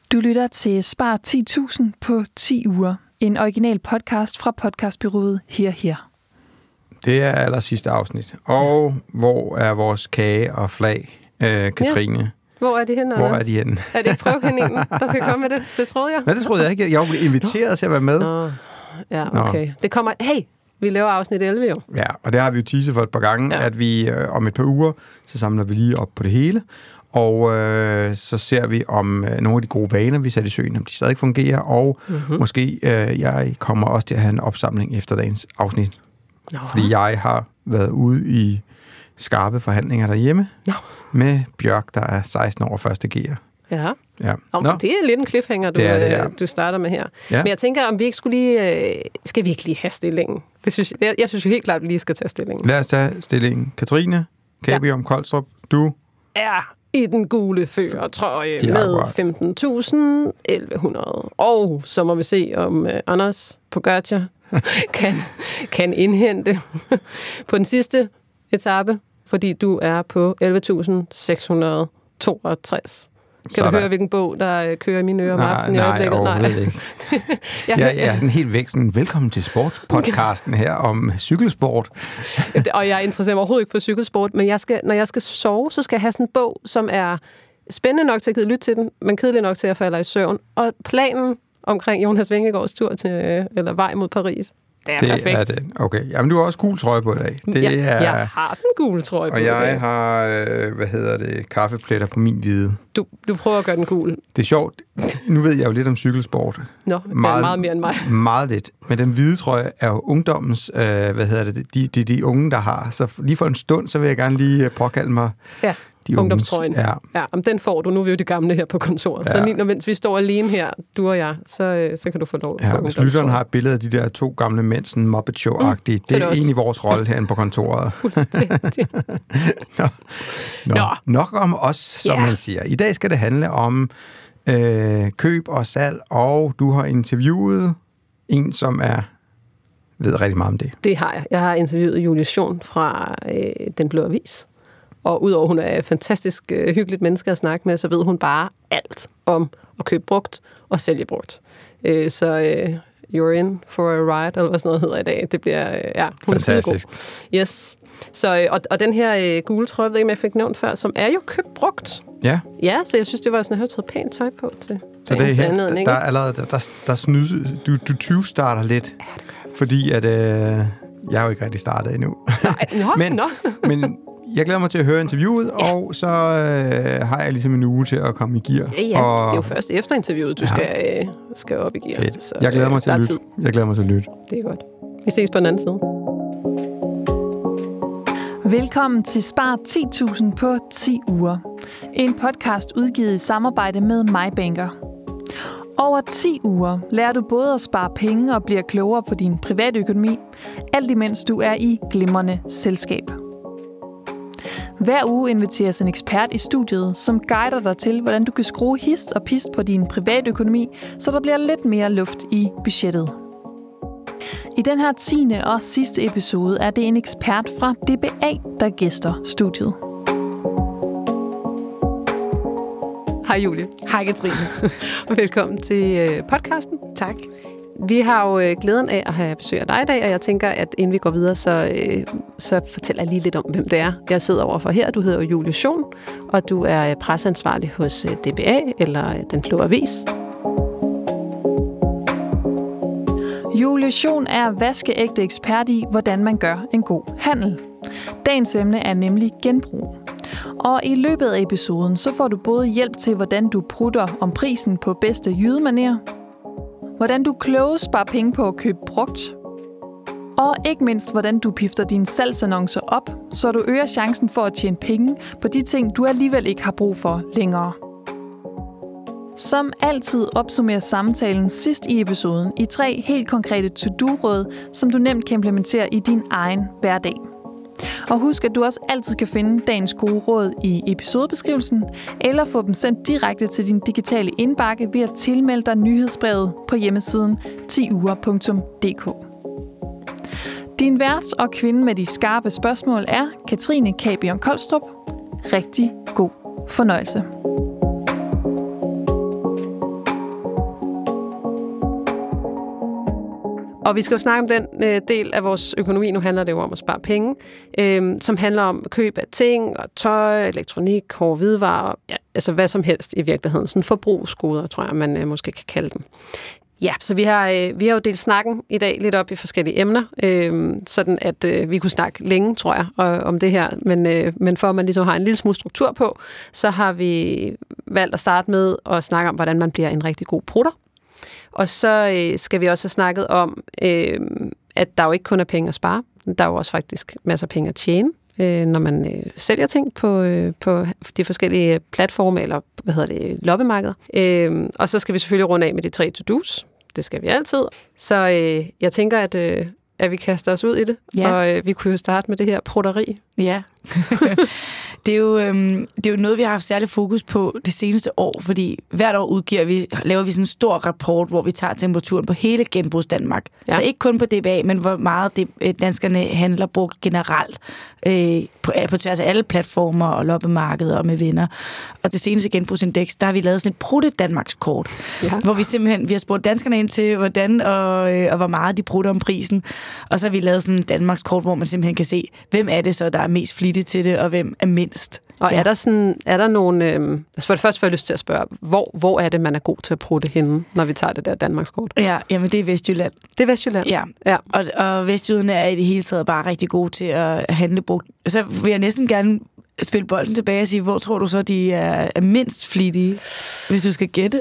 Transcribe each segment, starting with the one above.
Du lytter til Spar 10.000 på 10 uger. En original podcast fra podcastbureauet Her. Det er aller sidste afsnit. Og hvor er vores kage og flag, Katrine? Ja. Hvor er de henne, Anders? Hvor er de henne? Er det ikke prøvekaninen, der skal komme med det? Det troede jeg. Nej, det troede jeg ikke. Jeg blev inviteret til at være med. Ja, okay. Det kommer... Hey, vi laver afsnit 11 jo. Ja, og det har vi jo teaset for et par gange, at vi om et par uger, så samler vi lige op på det hele. Og så ser vi om nogle af de gode vaner, vi satte i søen, om de stadig fungerer. Og måske jeg kommer også til at have en opsamling efter dagens afsnit. Fordi jeg har været ude i skarpe forhandlinger derhjemme med Bjørk, der er 16 år første gear. Ja. Det er lidt en cliffhanger, du starter med her. Ja. Men jeg tænker, om vi ikke skulle lige... skal vi ikke lige have stillingen? Jeg synes jo helt klart, at vi lige skal tage stillingen. Lad os tage stillingen. Katrine Kabium Koldstrup, du er i den gule førertrøje med 15.1100. Og så må vi se, om Anders Pogačar kan indhente på den sidste etape, fordi du er på 11.662. Kan du høre, hvilken bog, der kører i mine ører om aftenen i øjeblikket? Nej, ikke. Jeg er sådan helt væk. Velkommen til sportspodcasten her om cykelsport. Og jeg interesserer mig overhovedet ikke for cykelsport, men når jeg skal sove, så skal jeg have sådan en bog, som er spændende nok til at lytte til den, men kedelig nok til at falde i søvn. Og planen omkring Jonas Vingegaards tur til, eller vej mod Paris, det er perfekt. Er det. Okay. Jamen, du har også gul trøje på i dag. Jeg har den gule trøje på i dag. Og jeg har, kaffepletter på min hvide. Du prøver at gøre den gul. Det er sjovt. Nu ved jeg jo lidt om cykelsport. Meget mere end mig. Meget lidt. Men den hvide trøje er jo ungdommens, de unge, der har. Så lige for en stund, så vil jeg gerne lige påkalde mig ungdomstrøjen. Ja, om den får du. Nu er vi jo de gamle her på kontoret. Ja. Så lige, mens vi står alene her, du og jeg, så kan du få lov. Ja, hvis lytteren har et billede af de der to gamle mænd, sådan Muppet Show-agtige, det er egentlig vores rolle herinde på kontoret. Fuldstændig. Nok om os, som man siger. I dag skal det handle om køb og salg, og du har interviewet en, som ved rigtig meget om det. Det har jeg. Jeg har interviewet Julie Schoen fra Den Blå Avis. Og udover hun er et fantastisk hyggeligt menneske at snakke med, så ved hun bare alt om at købe brugt og sælge brugt. Så you're in for a ride, eller hvad sådan noget hedder i dag. Det bliver, hun fantastisk. Er yes. Så, og den her gule trøje, jeg ved ikke, om jeg fik nævnt før, som er jo købt brugt. Ja. Ja, så jeg synes, det var sådan, at jeg havde taget pænt tøj på til. Så det er her, der er allerede, der snydes, du 20-starter lidt. Ja, det gør jeg. Fordi at, jeg har jo ikke rigtig startet endnu. Nej, men jeg glæder mig til at høre interviewet, og så har jeg ligesom en uge til at komme i gear. Ja, det er jo først efter interviewet, du skal op i gear. Fedt. Så, jeg glæder mig til at lytte. Jeg glæder mig til at lytte. Det er godt. Vi ses på den anden side. Velkommen til Spar 10.000 på 10 uger. En podcast udgivet i samarbejde med MyBanker. Over 10 uger lærer du både at spare penge og bliver klogere på din private økonomi, alt imens du er i glimrende selskab. Hver uge inviteres en ekspert i studiet, som guider dig til, hvordan du kan skrue hist og pist på din private økonomi, så der bliver lidt mere luft i budgettet. I den her 10. og sidste episode er det en ekspert fra DBA, der gæster studiet. Hej Julie. Hej Katrine. Velkommen til podcasten. Tak. Vi har jo glæden af at have besøg af dig i dag, og jeg tænker, at inden vi går videre, så fortæller jeg lige lidt om, hvem det er. Jeg sidder overfor her. Du hedder Julie Schoen, og du er presseansvarlig hos DBA, eller Den Blå Avis. Julie Schoen er vaskeægte ekspert i, hvordan man gør en god handel. Dagens emne er nemlig genbrug. Og i løbet af episoden, så får du både hjælp til, hvordan du prutter om prisen på bedste jydemanér, hvordan du klogt sparer penge på at købe brugt, og ikke mindst, hvordan du pifter dine salgsannoncer op, så du øger chancen for at tjene penge på de ting, du alligevel ikke har brug for længere. Som altid opsummerer samtalen sidst i episoden i 3 helt konkrete to-do-råd, som du nemt kan implementere i din egen hverdag. Og husk, at du også altid kan finde dagens gode råd i episodebeskrivelsen, eller få dem sendt direkte til din digitale indbakke ved at tilmelde dig nyhedsbrevet på hjemmesiden 10uger.dk. Din vært og kvinde med de skarpe spørgsmål er Katrine Kabium Koldstrup. Rigtig god fornøjelse. Og vi skal jo snakke om den del af vores økonomi, nu handler det jo om at spare penge, som handler om køb af ting og tøj, elektronik, hårde hvidevarer, ja, altså hvad som helst i virkeligheden. Sådan forbrugsgoder, tror jeg, man måske kan kalde dem. Ja, så vi har jo delt snakken i dag lidt op i forskellige emner, sådan at vi kunne snakke længe, tror jeg, om det her. Men for at man ligesom har en lille smule struktur på, så har vi valgt at starte med at snakke om, hvordan man bliver en rigtig god prutter. Og så skal vi også have snakket om, at der jo ikke kun er penge at spare. Der er jo også faktisk masser af penge at tjene, når man sælger ting på de forskellige platforme, eller loppemarkeder. Og så skal vi selvfølgelig runde af med de 3 to-dos. Det skal vi altid. Så jeg tænker, at vi kaster os ud i det. Ja. Og vi kunne jo starte med det her prutteri. Ja. Det er jo noget, vi har haft særlig fokus på det seneste år, fordi hvert år laver vi sådan en stor rapport, hvor vi tager temperaturen på hele genbrugs Danmark. Ja. Så ikke kun på DBA, men hvor meget danskerne handler brugt generelt på tværs af alle platformer og loppemarkeder og med venner. Og det seneste genbrugsindeks, der har vi lavet sådan et prutte Danmarkskort, hvor vi har spurgt danskerne ind til, hvordan og hvor meget de prutter om prisen. Og så har vi lavet sådan et Danmarkskort, hvor man simpelthen kan se, hvem er det så, der er mest flittig til det, og hvem er mindst. Og er der nogle... for det første får jeg lyst til at spørge, hvor er det, man er god til at prutte henne, når vi tager det der Danmarkskort? Ja, jamen det er Vestjylland. Det er Vestjylland? Ja. Og Vestjyderne er i det hele taget bare rigtig gode til at handle brugt. Så vil jeg næsten gerne spille bolden tilbage og sige, hvor tror du så, de er mindst flittige, hvis du skal gætte?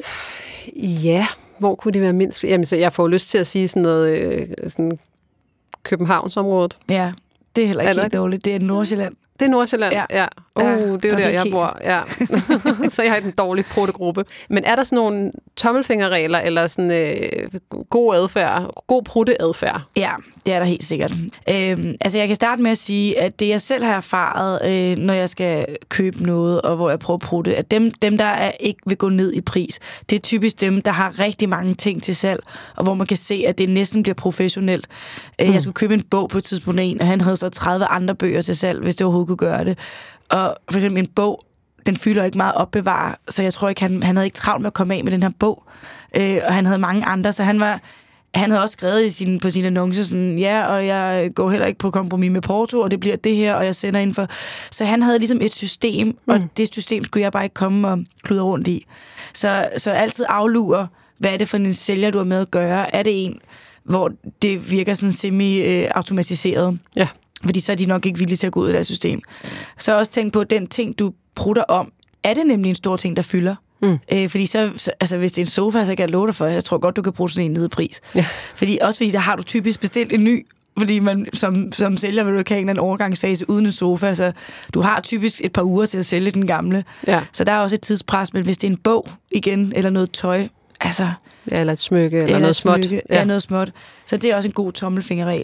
Ja, hvor kunne de være mindst flittige? Jamen, så jeg får lyst til at sige sådan noget... sådan Københavnsområdet. Ja, det er heller ikke helt dårligt. Det er Nordsjælland. Det er Nordsjælland, ja. Det er jo der, jeg bor. Ja. Så jeg har en dårlig pruttegruppe. Men er der sådan nogle tommelfingerregler, eller sådan god adfærd, god prutteadfærd? Ja, det er der helt sikkert. Altså jeg kan starte med at sige, at det jeg selv har erfaret, når jeg skal købe noget, og hvor jeg prøver at prutte, at dem der ikke vil gå ned i pris, det er typisk dem, der har rigtig mange ting til salg, og hvor man kan se, at det næsten bliver professionelt. Jeg skulle købe en bog på et tidspunkt, og han havde så 30 andre bøger til salg, hvis det overhovedet kunne gøre det. Og for eksempel en bog, den fylder ikke meget opbevare, så jeg tror ikke, han havde ikke travlt med at komme af med den her bog. Og han havde mange andre, så han havde også skrevet på sine annoncer sådan, ja, og jeg går heller ikke på kompromis med Porto, og det bliver det her, og jeg sender ind for... Så han havde ligesom et system, og det system skulle jeg bare ikke komme og kludre rundt i. Så altid aflure, hvad er det for en sælger, du har med at gøre? Er det en, hvor det virker sådan semi-automatiseret? Ja. Fordi så er de nok ikke villige til at gå ud af det system. Så også tænk på, den ting, du prutter om, er det nemlig en stor ting, der fylder? Fordi så, altså hvis det er en sofa, så kan jeg love dig for, jeg tror godt, du kan bruge sådan en ned i pris. Ja. Fordi der har du typisk bestilt en ny, fordi man som sælger vil du ikke have en overgangsfase uden en sofa, så du har typisk et par uger til at sælge den gamle. Ja. Så der er også et tidspres, men hvis det er en bog igen, eller noget tøj, altså... Ja, eller et smykke, eller noget småt. Ja, noget småt. Så det er også en god tommelfingerregel.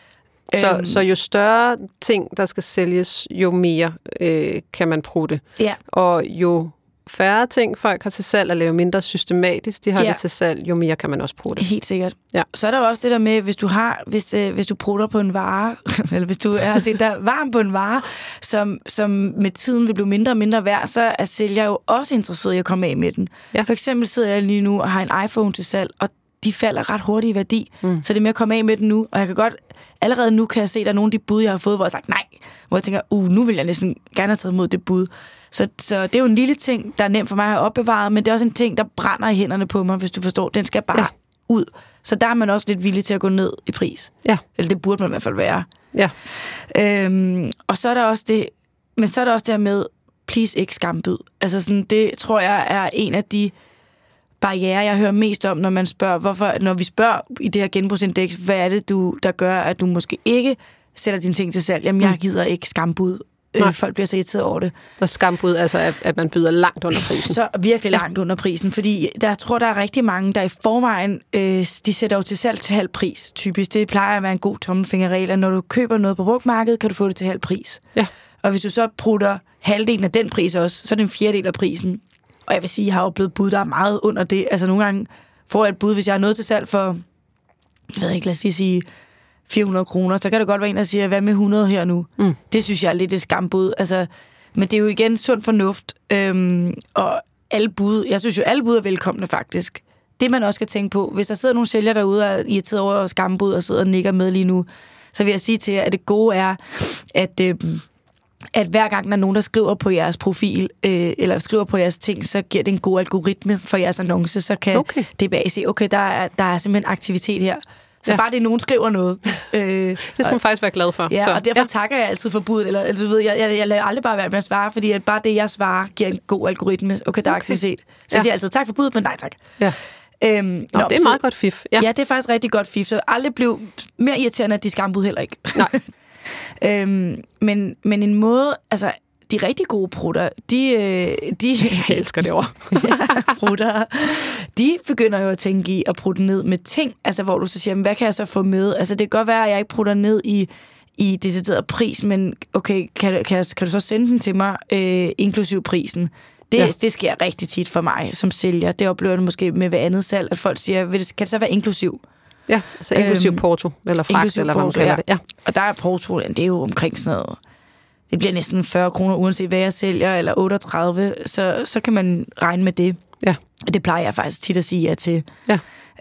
Så jo større ting, der skal sælges, jo mere kan man prutte. Ja. Og jo færre ting, folk har til salg, eller jo mindre systematisk de har det til salg, jo mere kan man også prutte. Helt sikkert. Ja. Så er der også det der med, hvis du prutter på en vare, eller hvis du har set der varm på en vare, som med tiden vil blive mindre og mindre værd, så er sælger jo også interesseret i at komme af med den. Ja. For eksempel sidder jeg lige nu og har en iPhone til salg, og de falder ret hurtigt i værdi. Så det er med at komme af med den nu, og jeg kan godt... Allerede nu kan jeg se, at der er nogle af de bud, jeg har fået, hvor jeg har sagt nej. Hvor jeg tænker, nu vil jeg næsten gerne have taget imod det bud. Så det er jo en lille ting, der er nemt for mig at have opbevaret, men det er også en ting, der brænder i hænderne på mig, hvis du forstår. Den skal bare ud. Så der er man også lidt villig til at gå ned i pris. Ja. Eller det burde man i hvert fald være. Ja. Og så er der også det... Men så er der også det her med, please ikke skambud. Altså sådan, det tror jeg er en af de barriere, jeg hører mest om, når man spørger, når vi spørger i det her genbrugsindeks, hvad er det, der gør, at du måske ikke sætter dine ting til salg? Jamen, jeg gider ikke skambud. Folk bliver så irriteret over det. Og skambud, altså at man byder langt under prisen. Så virkelig langt under prisen, fordi jeg tror, der er rigtig mange, der i forvejen, de sætter jo til salg til halv pris, typisk. Det plejer at være en god tommelfingerregel, at når du køber noget på brugtmarkedet, kan du få det til halv pris. Ja. Og hvis du så prutter halvdelen af den pris også, så er det en fjerdedel af prisen. Og jeg vil sige, jeg har jo blevet bud, der er meget under det. Altså nogle gange får jeg et bud, hvis jeg har noget til salg for, jeg ved ikke, lad os lige sige 400 kroner, så kan det godt være en, der siger, hvad med 100 her nu? Det synes jeg er lidt et skambud. Altså, men det er jo igen sund fornuft. Og alle bud, jeg synes jo, alle bud er velkomne faktisk. det, man også skal tænke på, hvis der sidder nogle sælgere derude og er irriteret over skambud og sidder og nikker med lige nu, så vil jeg sige til jer, at det gode er, at hver gang der er nogen, der skriver på jeres profil, eller skriver på jeres ting, så giver det en god algoritme for jeres annonce, så kan DBA sige, okay, der er simpelthen aktivitet her. Så bare det, nogen skriver noget. Det skal man faktisk være glad for. Ja, og derfor takker jeg altid for budet. Eller du ved, jeg lader aldrig bare være med at svare, fordi at bare det, jeg svarer, giver en god algoritme. Okay, der er aktivitet. Så jeg siger altid tak for budet, men nej tak. Ja. Det er meget godt fif. Ja, det er faktisk rigtig godt fif. Så aldrig blev mere irriterende, at de skambud heller ikke. Nej. Men en måde, altså de rigtig gode prutter, jeg elsker det over. prutter, de begynder jo at tænke i at prutte ned med ting, altså hvor du så siger, hvad kan jeg så få med? Altså det kan godt være, at jeg ikke prutter ned i decideret pris, men okay, kan du så sende den til mig, inklusiv prisen? Det sker rigtig tit for mig som sælger. Det oplever du måske med hver andet salg, at folk siger, kan det så være inklusiv? Ja, altså inklusiv porto, eller fragt, eller hvad man kalder det. Ja. Og der er porto, det er jo omkring sådan noget. Det bliver næsten 40 kroner, uanset hvad jeg sælger, eller 38, så kan man regne med det. Ja. Og det plejer jeg faktisk tit at sige ja til. Ja.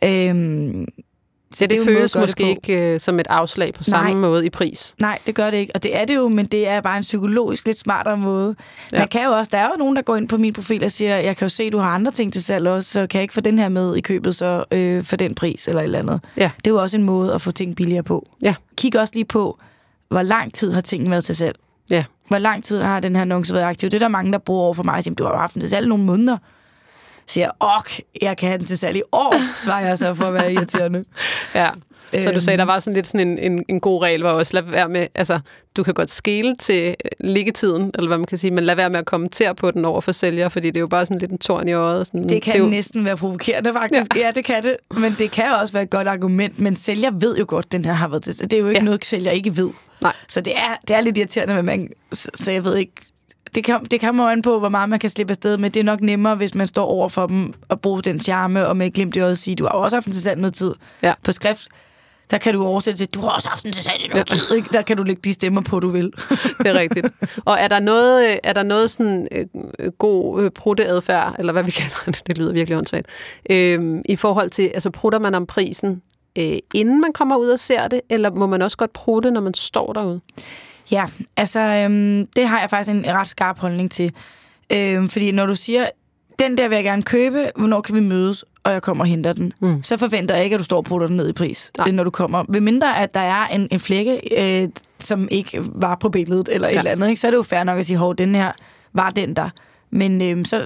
Så det føles måske ikke som et afslag på samme måde i pris. Nej, det gør det ikke. Og det er det jo, men det er bare en psykologisk lidt smartere måde. Ja. Man kan jo også, der er jo nogen, der går ind på min profil og siger, jeg kan jo se, at du har andre ting til salg også, så kan jeg ikke få den her med i købet så for den pris eller et eller andet. Ja. Det er jo også en måde at få ting billigere på. Ja. Kig også lige på, hvor lang tid har tingene været til salg. Ja. Hvor lang tid har den her annonce været aktiv? Det er der mange, der bruger over for mig og siger, du har haft den til salg nogle måneder. Siger jeg kan have den til salg i år, svarer jeg så for at være irriterende. Ja, så du sagde, der var sådan lidt sådan en god regel, hvor også lad være med, altså du kan godt skele til liggetiden, eller hvad man kan sige, men lad være med at kommentere på den over for sælger, fordi det er jo bare sådan lidt en torn i øjet. Sådan, det kan næsten være provokerende faktisk, ja, det kan det, men det kan også være et godt argument, men sælger ved jo godt, den her har været til salg. Det er jo ikke noget, sælger ikke ved. Nej. Så det er lidt irriterende, men man, så jeg ved ikke, det kan man på, hvor meget man kan slippe afsted med. Det er nok nemmere, hvis man står over for dem og bruger den charme, og med glimt i øjet sige, du har også haft den til salg noget tid. Ja. På skrift, der kan du oversætte til, du har også haft den til salg noget tid. Ikke? Der kan du lægge de stemmer på, du vil. Det er rigtigt. Og er der noget sådan god prutteadfærd, eller hvad vi kalder det, det lyder virkelig åndssvagt, i forhold til, altså prutter man om prisen, inden man kommer ud og ser det, eller må man også godt prutte, når man står derude? Ja, altså det har jeg faktisk en ret skarp holdning til. Fordi når du siger, den der vil jeg gerne købe, hvornår kan vi mødes, og jeg kommer og henter den, så forventer jeg ikke, at du står og putter den ned i pris, når du kommer. Ved mindre, at der er en flække, som ikke var på billedet, eller et eller andet, ikke? Så er det jo fair nok at sige, hov, den her var den der. Men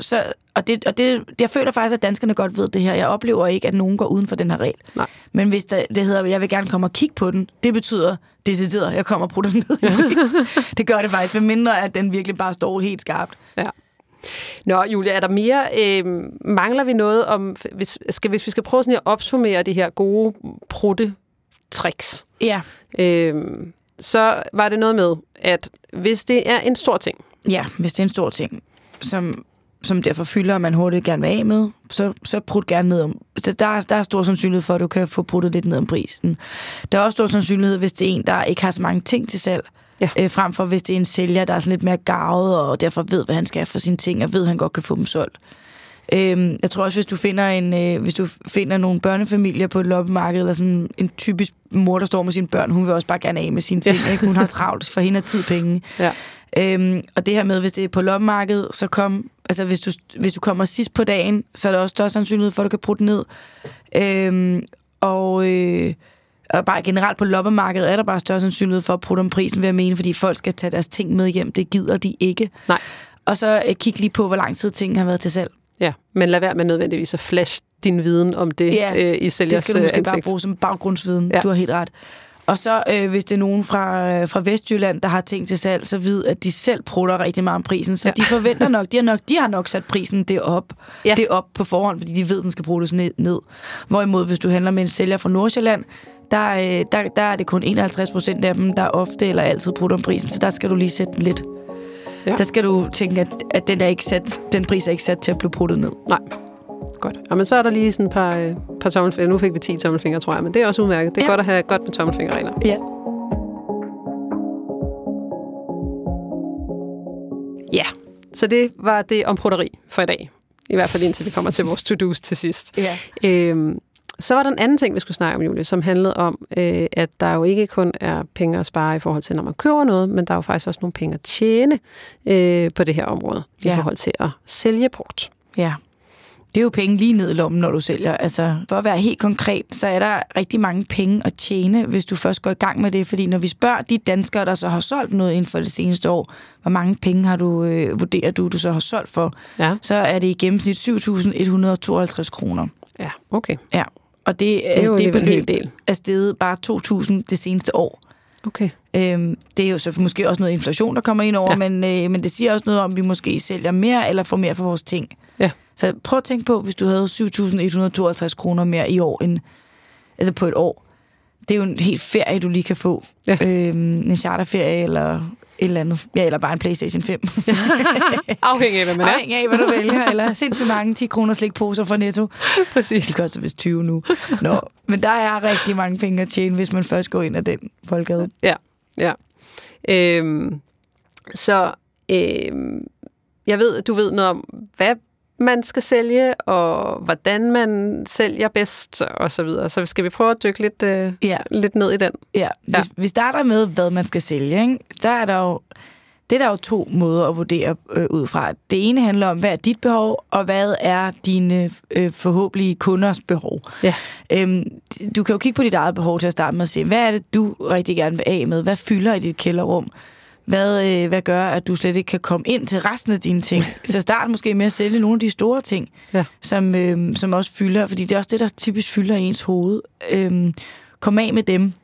jeg føler faktisk, at danskerne godt ved det her. Jeg oplever ikke, at nogen går uden for den her regel. Nej. Men hvis det hedder, jeg vil gerne komme og kigge på den, det betyder decideret, at jeg kommer og putter den ned i pris. Det gør det faktisk, med mindre at den virkelig bare står helt skarpt. Ja. Nå, Julia, er der mere? Mangler vi noget om, hvis vi skal prøve sådan at opsummere de her gode prutte-tricks? Ja. Så var det noget med, at hvis det er en stor ting. Ja, hvis det er en stor ting, som derfor fylder, og man hurtigt gerne vil af med, så prut gerne ned om. Der er stor sandsynlighed for, at du kan få pruttet lidt ned om prisen. Der er også stor sandsynlighed, hvis det er en, der ikke har så mange ting til salg, frem for hvis det er en sælger, der er sådan lidt mere garvet, og derfor ved, hvad han skal have for sine ting, og ved, at han godt kan få dem solgt. Jeg tror også, hvis du finder nogle børnefamilier på et loppemarked, eller sådan en typisk mor, der står med sine børn, hun vil også bare gerne af med sine ting. Ikke? Hun har travlt, for hende er tid penge. Ja. Og det her med, hvis det er på loppemarkedet, så kom, altså hvis du kommer sidst på dagen, så er der også større sandsynlighed for, at du kan prutte ned. Og bare generelt på loppemarkedet er der bare større sandsynlighed for at prutte om prisen, vil jeg mene, fordi folk skal tage deres ting med hjem. Det gider de ikke. Nej. Og så kig lige på, hvor lang tid tingene har været til salg. Ja, men lad være med nødvendigvis at flash din viden om det i sælgers ansigt. Det skal du måske bare bruge som baggrundsviden. Ja. Du har helt ret. Og så hvis det er nogen fra Vestjylland, der har ting til salg, så ved, at de selv prutter rigtig meget om prisen. Så de forventer nok, de har nok sat prisen det op på forhånd, fordi de ved, at den skal pruttes ned. Hvorimod, hvis du handler med en sælger fra Nordsjælland, der er det kun 51% af dem, der ofte eller altid prutter om prisen. Så der skal du lige sætte den lidt. Ja. Der skal du tænke, at den pris er ikke sat til at blive pruttet ned. Nej. Godt. Og men så er der lige sådan et par tommelfingre. Nu fik vi 10 tommelfingre, tror jeg, men det er også udmærket. Det er godt at have godt med tommelfingerregler. Ja. Ja, så det var det om prutteri for i dag. I hvert fald indtil vi kommer til vores to-dos til sidst. Ja. Så var der en anden ting, vi skulle snakke om, Julie, som handlede om, at der jo ikke kun er penge at spare i forhold til, når man køber noget, men der er jo faktisk også nogle penge at tjene på det her område, i forhold til at sælge brugt. Ja. Det er jo penge lige ned i lommen, når du sælger. Altså, for at være helt konkret, så er der rigtig mange penge at tjene, hvis du først går i gang med det. Fordi når vi spørger de danskere, der så har solgt noget inden for det seneste år, hvor mange penge har du vurderer du så har solgt for, så er det i gennemsnit 7.152 kroner. Ja, okay. Ja, og det er jo det beløb en hel del. Er steget bare 2.000 det seneste år. Okay. Det er jo så måske også noget inflation, der kommer ind over, men det siger også noget om, at vi måske sælger mere eller får mere for vores ting. Ja. Så prøv at tænke på, hvis du havde 7.152 kroner mere i år, altså på et år. Det er jo en helt ferie, du lige kan få. Ja. En charterferie eller et eller andet. Ja, eller bare en PlayStation 5. Afhængig af, hvad man er. Afhængig af, hvad du vælger. Eller sindssygt mange 10 kroner slikposer fra Netto. Præcis. Det koster vist 20 nu. Nå, men der er rigtig mange penge at tjene, hvis man først går ind af den boldgade. Ja, ja. Jeg ved, du ved noget om, hvad man skal sælge, og hvordan man sælger bedst, og så videre. Så skal vi prøve at dykke lidt ned i den. Ja, vi starter med, hvad man skal sælge. Ikke? Det er der jo to måder at vurdere ud fra. Det ene handler om, hvad er dit behov, og hvad er dine forhåbentlige kunders behov. Ja. Du kan jo kigge på dit eget behov til at starte med at se, hvad er det, du rigtig gerne vil af med? Hvad fylder i dit kælderrum? Hvad gør, at du slet ikke kan komme ind til resten af dine ting? Så start måske med at sælge nogle af de store ting, som også fylder, fordi det er også det, der typisk fylder i ens hoved. Kom af med dem.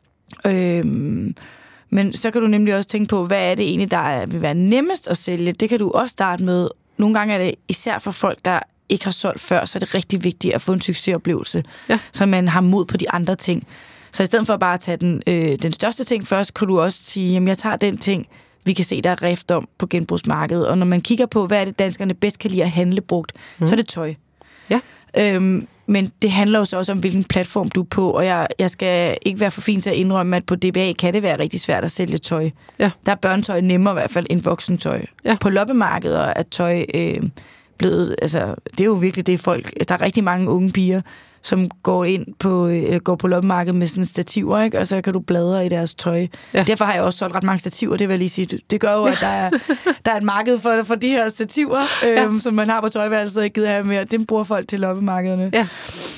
Men så kan du nemlig også tænke på, hvad er det egentlig, der vil være nemmest at sælge? Det kan du også starte med. Nogle gange er det især for folk, der ikke har solgt før, så er det rigtig vigtigt at få en succesoplevelse, så man har mod på de andre ting. Så i stedet for bare at tage den største ting først, kan du også sige, jamen jeg tager den ting, vi kan se, der er rift om på genbrugsmarkedet. Og når man kigger på, hvad er det, danskerne bedst kan lide at handle brugt, så er det tøj. Ja. Men det handler jo så også om, hvilken platform du er på, og jeg skal ikke være for fin til at indrømme, at på DBA kan det være rigtig svært at sælge tøj. Ja. Der er børnetøj nemmere i hvert fald end voksentøj. Ja. På loppemarkeder er tøj blevet, altså det er jo virkelig det folk, der er rigtig mange unge piger, som går på loppemarkedet med sådan stativer, ikke? Og så kan du bladre i deres tøj. Ja. Derfor har jeg også solgt ret mange stativer, det vil jeg lige sige. Det gør jo, at der er et marked for de her stativer, som man har på tøjværelset, og ikke gider have mere. Det bruger folk til loppemarkederne. Ja.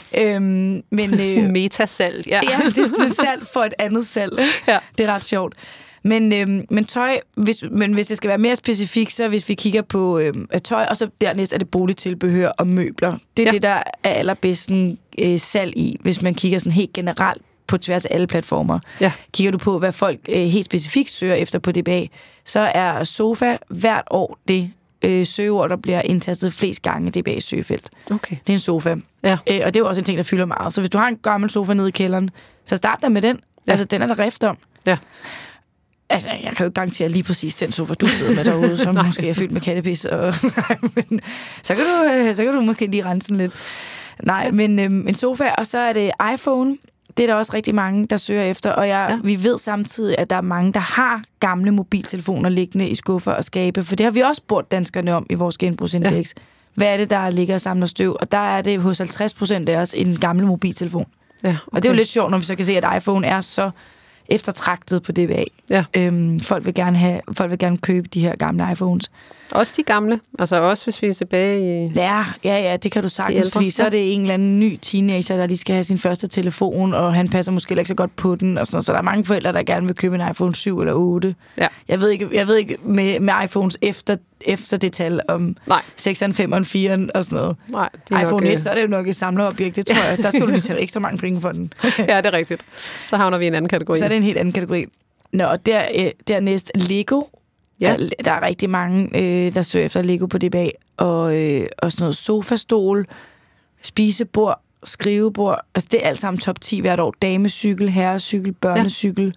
Men sådan metasalg, ja. Ja, det er salg for et andet salg. Ja. Det er ret sjovt. Men tøj, hvis det skal være mere specifikt, så hvis vi kigger på tøj, og så dernæst er det boligtilbehør og møbler. Det er det, der er allerbedst salg i, hvis man kigger sådan helt generelt på tværs af alle platformer. Ja. Kigger du på, hvad folk helt specifikt søger efter på DBA, så er sofa hvert år det søgeord, der bliver indtastet flest gange i DBA's søgefelt. Okay. Det er en sofa. Ja. Og det er jo også en ting, der fylder meget. Så hvis du har en gammel sofa nede i kælderen, så start der med den. Ja. Altså, den er der rift om. Ja. Altså, jeg kan jo garantere lige præcis den sofa, du sidder med derude, som måske er fyldt med kattepis. Men så kan du måske lige rense den lidt. Nej, men en sofa, og så er det iPhone. Det er der også rigtig mange, der søger efter. Og vi ved samtidig, at der er mange, der har gamle mobiltelefoner liggende i skuffer og skabe. For det har vi også spurgt danskerne om i vores genbrugsindeks. Ja. Hvad er det, der ligger og samler støv? Og der er det hos 50% af os en gammel mobiltelefon. Ja, okay. Og det er jo lidt sjovt, når vi så kan se, at iPhone er så eftertragtet på DBA. Ja. Folk vil gerne købe de her gamle iPhones. Også de gamle, altså også hvis vi er tilbage i... Ja, det kan du sagtens, fordi så er det en eller anden ny teenager, der lige skal have sin første telefon, og han passer måske ikke så godt på den, og sådan noget. Så der er mange forældre, der gerne vil købe en iPhone 7 eller 8. Ja. Jeg ved ikke med iPhones efter det tal om 6'eren, 5'eren, 4'eren og sådan noget. Nej, iPhone nok, 1, så er det jo nok et samlerobjekt, det tror jeg. Der skal du lige tage ekstra mange penge for den. Ja, det er rigtigt. Så havner vi i en anden kategori. Så er det en helt anden kategori. Nå, og dernæst Lego. Ja. Der er rigtig mange, der søger efter Lego på DBA, og sådan noget sofastol, spisebord, skrivebord. Altså det er alt sammen top 10 hvert år. Damecykel, herrecykel, børnecykel,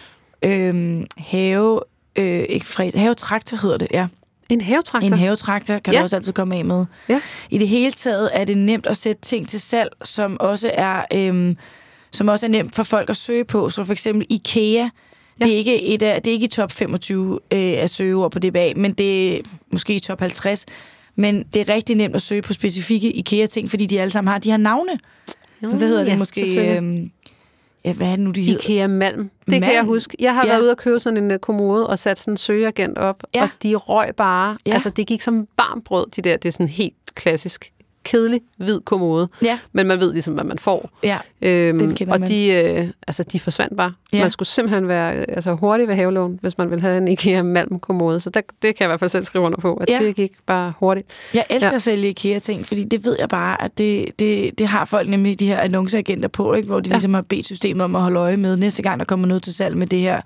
havetraktor hedder det, ja. En havetraktor? En havetraktor kan du også altid komme af med. Ja. I det hele taget er det nemt at sætte ting til salg, som også er nemt for folk at søge på. Så for eksempel IKEA. Ja. Det er ikke i top 25 af søgeord på DBA, men det er måske i top 50. Men det er rigtig nemt at søge på specifikke IKEA-ting, fordi de alle sammen har de her navne. Så hedder det måske... hvad er det nu, de hedder? IKEA Malm. Det kan jeg huske. Jeg har været ude og købe sådan en kommode og sat sådan en søgeagent op, og de røg bare. Ja. Altså, det gik som varmt brød, de der. Det er sådan helt klassisk kedelig, hvid kommode. Ja. Men man ved ligesom, hvad man får. Ja, og de forsvandt bare. Ja. Man skulle simpelthen være hurtig ved havelån, hvis man vil have en IKEA Malm-kommode. Så det kan jeg i hvert fald selv skrive under på, at det gik bare hurtigt. Jeg elsker at sælge IKEA-ting, fordi det ved jeg bare, at det har folk nemlig de her annonceagenter på, ikke? Hvor de ligesom har bedt systemet om at holde øje med næste gang, der kommer noget til salg med det her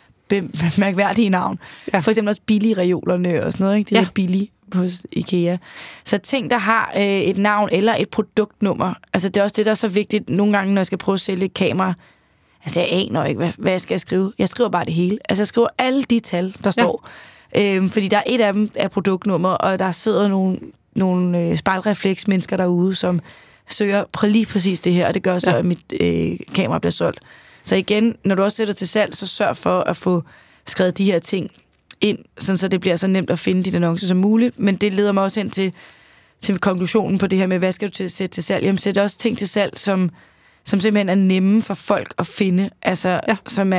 mærkværdige navn. Ja. For eksempel også billige reolerne og sådan noget, ikke? Det er billige hos IKEA. Så ting, der har et navn eller et produktnummer, altså det er også det, der er så vigtigt nogle gange, når jeg skal prøve at sælge et kamera. Altså jeg aner ikke, hvad jeg skal skrive. Jeg skriver bare det hele. Altså jeg skriver alle de tal, der står. Fordi der er et af dem af produktnummer, og der sidder nogle spejlrefleksmennesker derude, som søger på lige præcis det her, og det gør så, at mit kamera bliver solgt. Så igen, når du også sætter til salg, så sørg for at få skrevet de her ting ind, sådan så det bliver så nemt at finde dit annonce som muligt. Men det leder mig også hen til konklusionen på det her med, hvad skal du til sætte til salg? Jamen, sæt også ting til salg, som simpelthen er nemme for folk at finde, altså som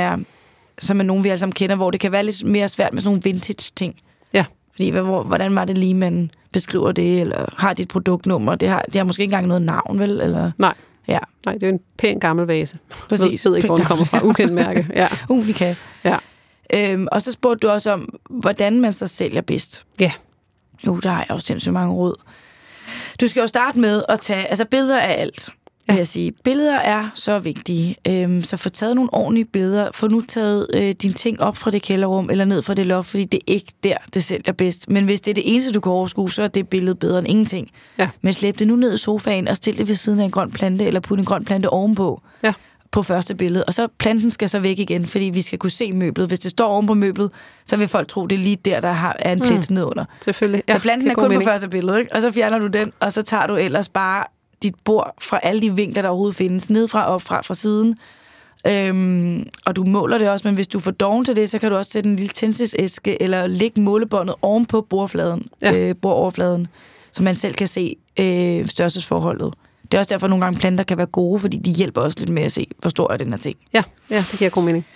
er nogen, vi alle sammen kender, hvor det kan være lidt mere svært med sådan nogle vintage-ting. Ja. Fordi, hvordan var det lige, man beskriver det, eller har dit produktnummer? Det har måske ikke engang noget navn, vel? Eller? Nej. Ja. Nej, det er jo en pæn gammel vase. Præcis. Jeg ved ikke, hvor den kommer fra. Ukendt mærke. Ja. Unika. Ja. Og så spurgte du også om, hvordan man så sælger bedst. Ja. Der har jeg jo sindssygt mange råd. Du skal jo starte med at tage billeder af alt, vil jeg sige. Billeder er så vigtige. Så få taget nogle ordentlige billeder. Få nu taget dine ting op fra det kælderrum eller ned fra det loft, fordi det er ikke der, det sælger bedst. Men hvis det er det eneste, du kan overskue, så er det billede bedre end ingenting. Ja. Men slæb det nu ned i sofaen og stil det ved siden af en grøn plante, eller put en grøn plante ovenpå. Ja. På første billede, og så planten skal så væk igen, fordi vi skal kunne se møblet. Hvis det står oven på møblet, så vil folk tro, det er lige der er en plet nedunder. Selvfølgelig. Så planten er kun på første billede, ikke? Og så fjerner du den, og så tager du ellers bare dit bord fra alle de vinkler, der overhovedet findes, nedfra, opfra, fra siden. Og du måler det også, men hvis du får doven til det, så kan du også sætte en lille tændselsæske, eller lægge målebåndet oven på bordoverfladen, så man selv kan se størrelsesforholdet. Det er også derfor, at nogle gange planter kan være gode, fordi de hjælper også lidt med at se, hvor stor er den her ting. Ja, det giver god mening.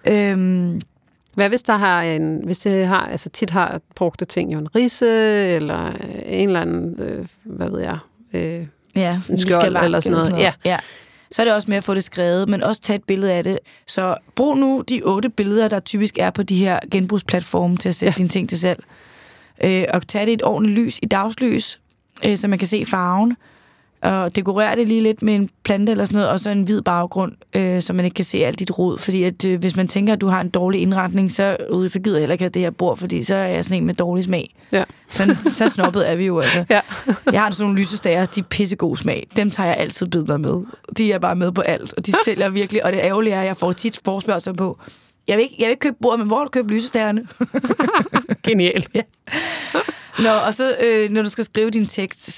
Hvad hvis der har tit har brugte ting jo en ridse, eller en eller anden, hvad ved jeg, en skjold eller sådan noget. Ja. Så er det også med at få det skrevet, men også tage et billede af det. Så brug nu de 8 billeder, der typisk er på de her genbrugsplatforme til at sætte dine ting til salg. Og tage det i et ordentligt lys, i dagslys, så man kan se farven. Og dekorere det lige lidt med en plante eller sådan noget, og så en hvid baggrund, så man ikke kan se alt dit rod. Fordi at, hvis man tænker, at du har en dårlig indretning, så gider jeg heller ikke have det her bord, fordi så er jeg sådan en med dårlig smag. Ja. Så snobbet er vi jo altså. Ja. Jeg har sådan nogle lysestager, de er pissegod smag. Dem tager jeg altid billeder med. De er bare med på alt, og de sælger virkelig. Og det ærgerlige er, at jeg får tit forspørgsel på, jeg vil ikke købe bordet, men hvor har du købt lysestagerne? Genialt. Ja. Og så når du skal skrive din tekst,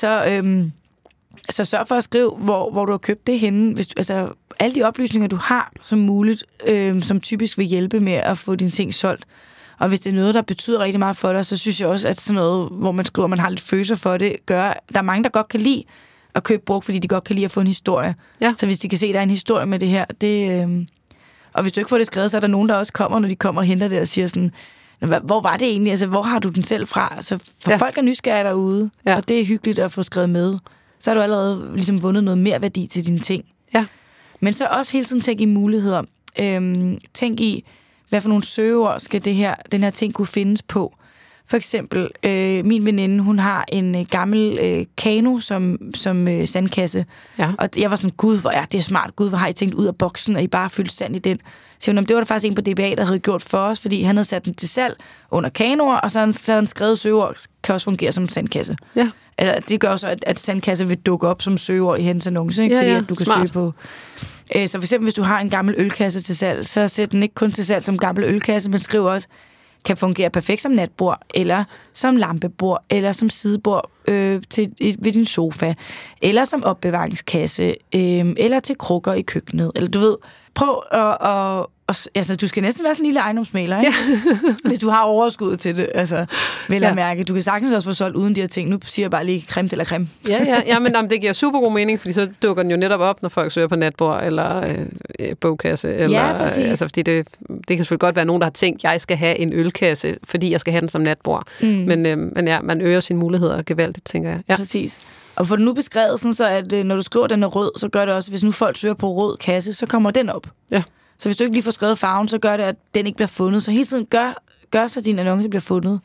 så sørg for at skrive, hvor du har købt det henne. Hvis alle de oplysninger, du har som muligt, som typisk vil hjælpe med at få dine ting solgt. Og hvis det er noget, der betyder rigtig meget for dig, så synes jeg også, at sådan noget, hvor man skriver, at man har lidt følelser for det, gør, der er mange, der godt kan lide at købe brugt, fordi de godt kan lide at få en historie. Ja. Så hvis de kan se, at der er en historie med det her, og hvis du ikke får det skrevet, så er der nogen, der også kommer, når de kommer og henter det og siger sådan, hvor var det egentlig? Altså, hvor har du den selv fra? Så folk er nysgerrige derude, og det er hyggeligt at få skrevet med. Så har du allerede ligesom vundet noget mere værdi til dine ting. Ja. Men så også hele tiden tænk i muligheder. Tænk i, hvad for nogle søgeord skal den her ting kunne findes på. For eksempel, min veninde, hun har en gammel kano som sandkasse. Ja. Og jeg var sådan, gud, hvor er det smart. Gud, hvor har I tænkt ud af boksen, og I bare fyldt sand i den. Så det var der faktisk en på DBA, der havde gjort for os, fordi han havde sat den til salg under kanoer, og så havde han skrevet søgeord, kan også fungere som sandkasse. Ja. Det gør så, at sandkasse vil dukke op som søgeord i hendes annonce, ikke? Fordi at du kan søge på. Så for eksempel, hvis du har en gammel ølkasse til salg, så sæt den ikke kun til salg som gammel ølkasse, men skriv også, kan fungere perfekt som natbord, eller som lampebord, eller som sidebord ved din sofa, eller som opbevaringskasse, eller til krukker i køkkenet. Eller du ved, prøv altså, du skal næsten være sådan en lille ejendomsmægler, ikke? Hvis du har overskud til det, altså, vel at mærke. Du kan sagtens også få solgt uden de her ting. Nu siger jeg bare lige creme eller creme. Ja, men det giver super god mening, fordi så dukker den jo netop op, når folk søger på natbord eller bogkasse. Eller, altså, fordi det kan selvfølgelig godt være nogen, der har tænkt, at jeg skal have en ølkasse, fordi jeg skal have den som natbord. Men ja, man øger sine muligheder gevaldigt, tænker jeg. Ja. Præcis. Og for nu beskrevet sådan, så at når du skriver, den er rød, så gør det også, hvis nu folk søger på rød kasse, så kommer den op. Ja. Så hvis du ikke lige får skrevet farven, så gør det, at den ikke bliver fundet. Så hele tiden gør så, at din annonce bliver fundet.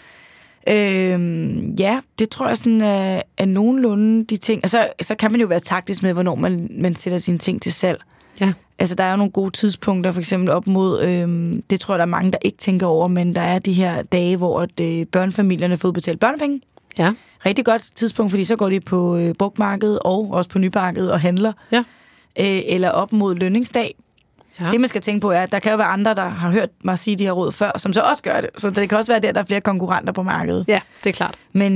Ja, det tror jeg sådan er nogenlunde de ting. Og så kan man jo være taktisk med, hvornår man sætter sine ting til salg. Ja. Altså, der er jo nogle gode tidspunkter, for eksempel op mod, det tror jeg, der er mange, der ikke tænker over, men der er de her dage, hvor børnefamilierne får udbetalt børnepenge. Ja. Rigtig godt tidspunkt, fordi så går de på brugtmarkedet og også på nymarkedet og handler. Ja. Eller op mod lønningsdag. Ja. Det, man skal tænke på, er, at der kan jo være andre, der har hørt mig sige de her råd før, som så også gør det. Så det kan også være, der er flere konkurrenter på markedet. Ja, det er klart.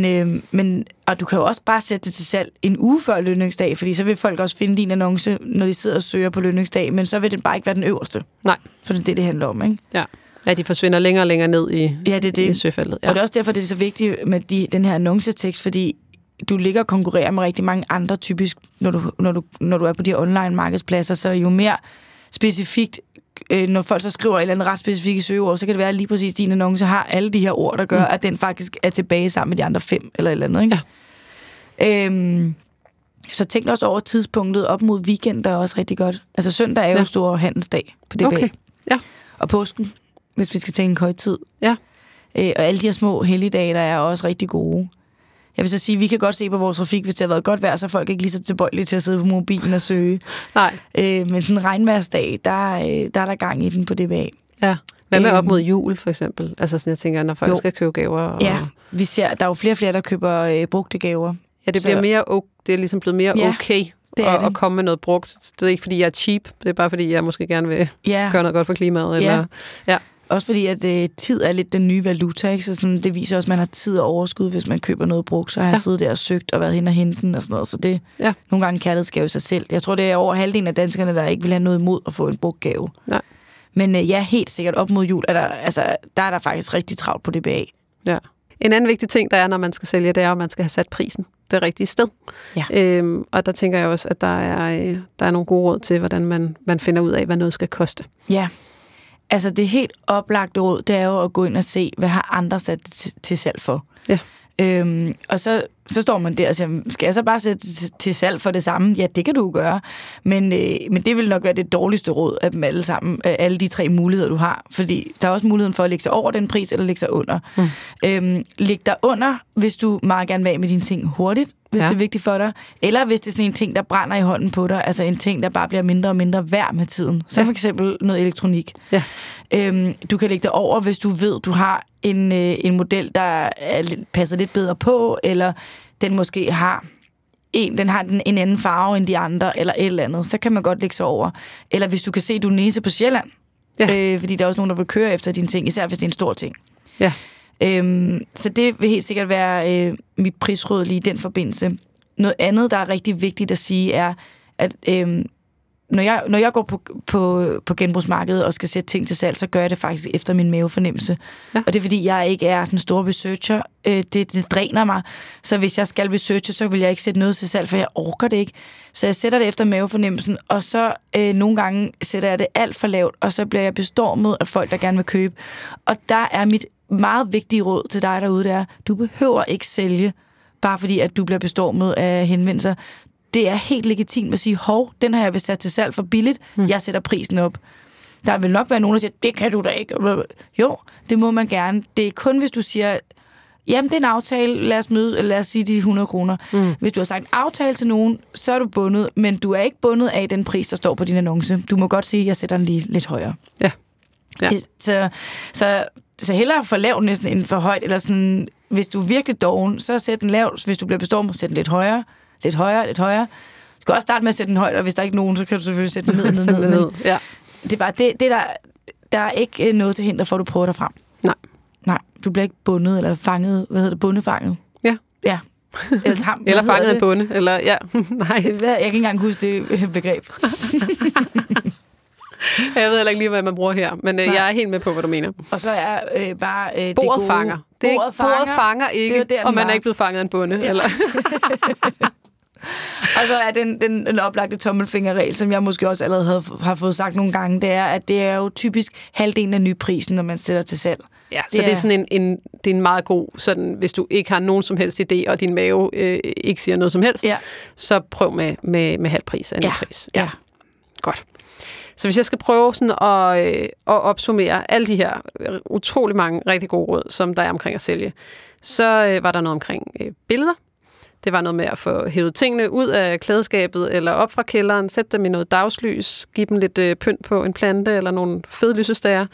Men og du kan jo også bare sætte det til salg en uge før lønningsdag, fordi så vil folk også finde din annonce, når de sidder og søger på lønningsdag, men så vil det bare ikke være den øverste. Nej. Så det er det handler om, ikke? Ja. Ja, de forsvinder længere og længere ned i søgefaldet. Ja. Og det er også derfor, det er så vigtigt med den her annoncetekst, fordi du ligger og konkurrerer med rigtig mange andre, typisk, når du er på de online markedspladser, så jo mere specifikt, når folk så skriver et eller andet ret specifikke søgeord, så kan det være lige præcis, din annonce har alle de her ord, der gør, at den faktisk er tilbage sammen med de andre 5 eller et eller andet, ikke? Ja. Så tænk også over tidspunktet op mod weekend, der er også rigtig godt. Altså søndag er jo stor handelsdag på DBA. Okay. Ja. Og påsken, hvis vi skal tænke højtid. Ja. Og alle de her små helligdage, der er også rigtig gode. Jeg vil så sige, at vi kan godt se på vores trafik, hvis det har været godt vejr, så er folk ikke lige så tilbøjelige til at sidde på mobilen og søge. Nej. Men sådan en regnværsdag, der er der gang i den på DBA. Ja. Hvad med op mod jul, for eksempel? Altså sådan, jeg tænker, når folk skal købe gaver. Og... Ja, vi ser, der er jo flere og flere, der køber brugte gaver. Ja, det bliver det er ligesom blevet mere okay at komme med noget brugt. Det er ikke, fordi jeg er cheap. Det er bare, fordi jeg måske gerne vil gøre noget godt for klimaet. Eller, Også fordi, at tid er lidt den nye valuta, ikke? Så sådan, det viser også, at man har tid og overskud, hvis man køber noget brugt. Så har jeg siddet der og søgt og været hen og hente og sådan noget. Så det nogle gange kærlighed skal jo sig selv. Jeg tror, det er over halvdelen af danskerne, der ikke vil have noget imod at få en brugt gave. Nej. Men helt sikkert op mod jul, der er der faktisk rigtig travlt på DBA. Ja. En anden vigtig ting, der er, når man skal sælge, det er, at man skal have sat prisen det rigtige sted. Ja. Og der tænker jeg også, at der er nogle gode råd til, hvordan man finder ud af, hvad noget skal koste. Ja. Altså det helt oplagte råd, det er jo at gå ind og se, hvad har andre sat til salg for. Ja. Og så står man der og siger, skal jeg så bare sætte til salg for det samme? Ja, det kan du gøre. Men det vil nok være det dårligste råd af dem alle sammen, alle de 3 muligheder, du har. Fordi der er også muligheden for at lægge sig over den pris, eller lægge sig under. Læg dig under, hvis du meget gerne vil af med dine ting hurtigt, hvis det er vigtigt for dig. Eller hvis det er sådan en ting, der brænder i hånden på dig. Altså en ting, der bare bliver mindre og mindre værd med tiden. Så for eksempel noget elektronik. Ja. Du kan lægge dig over, hvis du ved, du har en model, der passer lidt bedre på, eller den måske har en anden farve end de andre, eller et eller andet. Så kan man godt lægge sig over. Eller hvis du kan se, at du er den eneste på Sjælland. Ja. Fordi der er også nogen, der vil køre efter dine ting, især hvis det er en stor ting. Ja. Så det vil helt sikkert være mit prisråd lige i den forbindelse. Noget andet, der er rigtig vigtigt at sige, er, at når jeg går på genbrugsmarkedet og skal sætte ting til salg, så gør jeg det faktisk efter min mavefornemmelse. Ja. Og det er, fordi jeg ikke er den store researcher. Det dræner mig. Så hvis jeg skal researche, så vil jeg ikke sætte noget til salg, for jeg orker det ikke. Så jeg sætter det efter mavefornemmelsen, og så nogle gange sætter jeg det alt for lavt, og så bliver jeg bestormet af folk, der gerne vil købe. Og der er mit meget vigtige råd til dig derude, det er, du behøver ikke sælge, bare fordi at du bliver bestormet af henvendelser. Det er helt legitimt at sige, hov, den har jeg vist sat til salg for billigt, jeg sætter prisen op. Der vil nok være nogen, der siger, det kan du da ikke. Jo, det må man gerne. Det er kun, hvis du siger, jamen, det er en aftale, lad os sige de 100 kroner. Hvis du har sagt aftale til nogen, så er du bundet, men du er ikke bundet af den pris, der står på din annonce. Du må godt sige, at jeg sætter den lige lidt højere. Ja. Så hellere for lavt næsten end for højt, eller sådan, hvis du er virkelig doven, så sæt den lavt. Hvis du bliver bestormet, sæt den lidt højere. Lidt højere. Du kan også starte med at sætte den højt, og hvis der er ikke nogen, så kan du selvfølgelig sætte den ned. Men ja. Det er bare der er ikke noget til hinder for, at du prøver dig frem. Nej, du bliver ikke bundet eller fanget. Hvad hedder det? Bundefanget. Ja. Eller fanget af bunde. Eller, ja. Nej. Jeg kan ikke engang huske det begreb. Jeg ved heller ikke lige, hvad man bruger her, men jeg er helt med på, hvad du mener. Og så er bare bordet det fanger. Det er bordet fanger ikke, og man er ikke blevet fanget af en bonde. Ja. Eller? Og så er den oplagte tommelfingerregel, som jeg måske også allerede har fået sagt nogle gange, det er, at det er jo typisk halvdelen af nyprisen, når man sætter til salg. Ja, så det er sådan det er en meget god, sådan, hvis du ikke har nogen som helst idé, og din mave ikke siger noget som helst, så prøv med halv pris af nypris. Ja. Godt. Så hvis jeg skal prøve sådan at opsummere alle de her utrolig mange rigtig gode råd, som der er omkring at sælge, så var der noget omkring billeder. Det var noget med at få hævet tingene ud af klædeskabet eller op fra kælderen, sætte dem i noget dagslys, give dem lidt pynt på en plante eller nogle fede lysestager,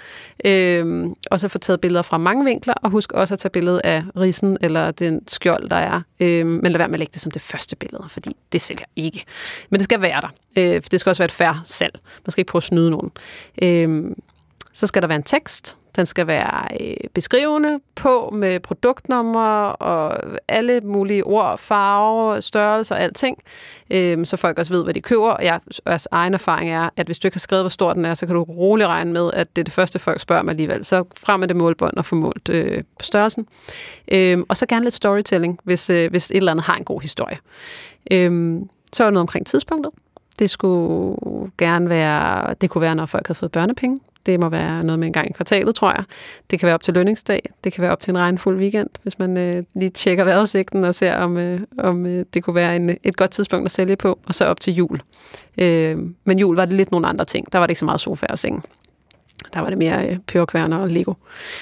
og så få taget billeder fra mange vinkler, og husk også at tage billede af ridsen eller den skjold, der er. Men lad være med at lægge det som det første billede, fordi det sælger ikke. Men det skal være der, for det skal også være et fair salg. Man skal ikke prøve at snyde nogen. Så skal der være en tekst. Den skal være beskrivende på med produktnumre og alle mulige ord, farve, størrelse og alting, så folk også ved, hvad de køber. Jeres egen erfaring er, at hvis du ikke har skrevet, hvor stor den er, så kan du roligt regne med, at det er det første, folk spørger mig alligevel. Så frem med det målbånd og få målt på størrelsen. Og så gerne lidt storytelling, hvis et eller andet har en god historie. Så er der noget omkring tidspunktet. Det skulle gerne være, det kunne være, når folk havde fået børnepenge. Det må være noget med en gang i kvartalet, tror jeg. Det kan være op til lønningsdag. Det kan være op til en regnfuld weekend, hvis man lige tjekker vejrudsigten og ser, om det kunne være et godt tidspunkt at sælge på. Og så op til jul. Men jul var det lidt nogle andre ting. Der var det ikke så meget sofa og seng. Der var det mere peberkværner og Lego.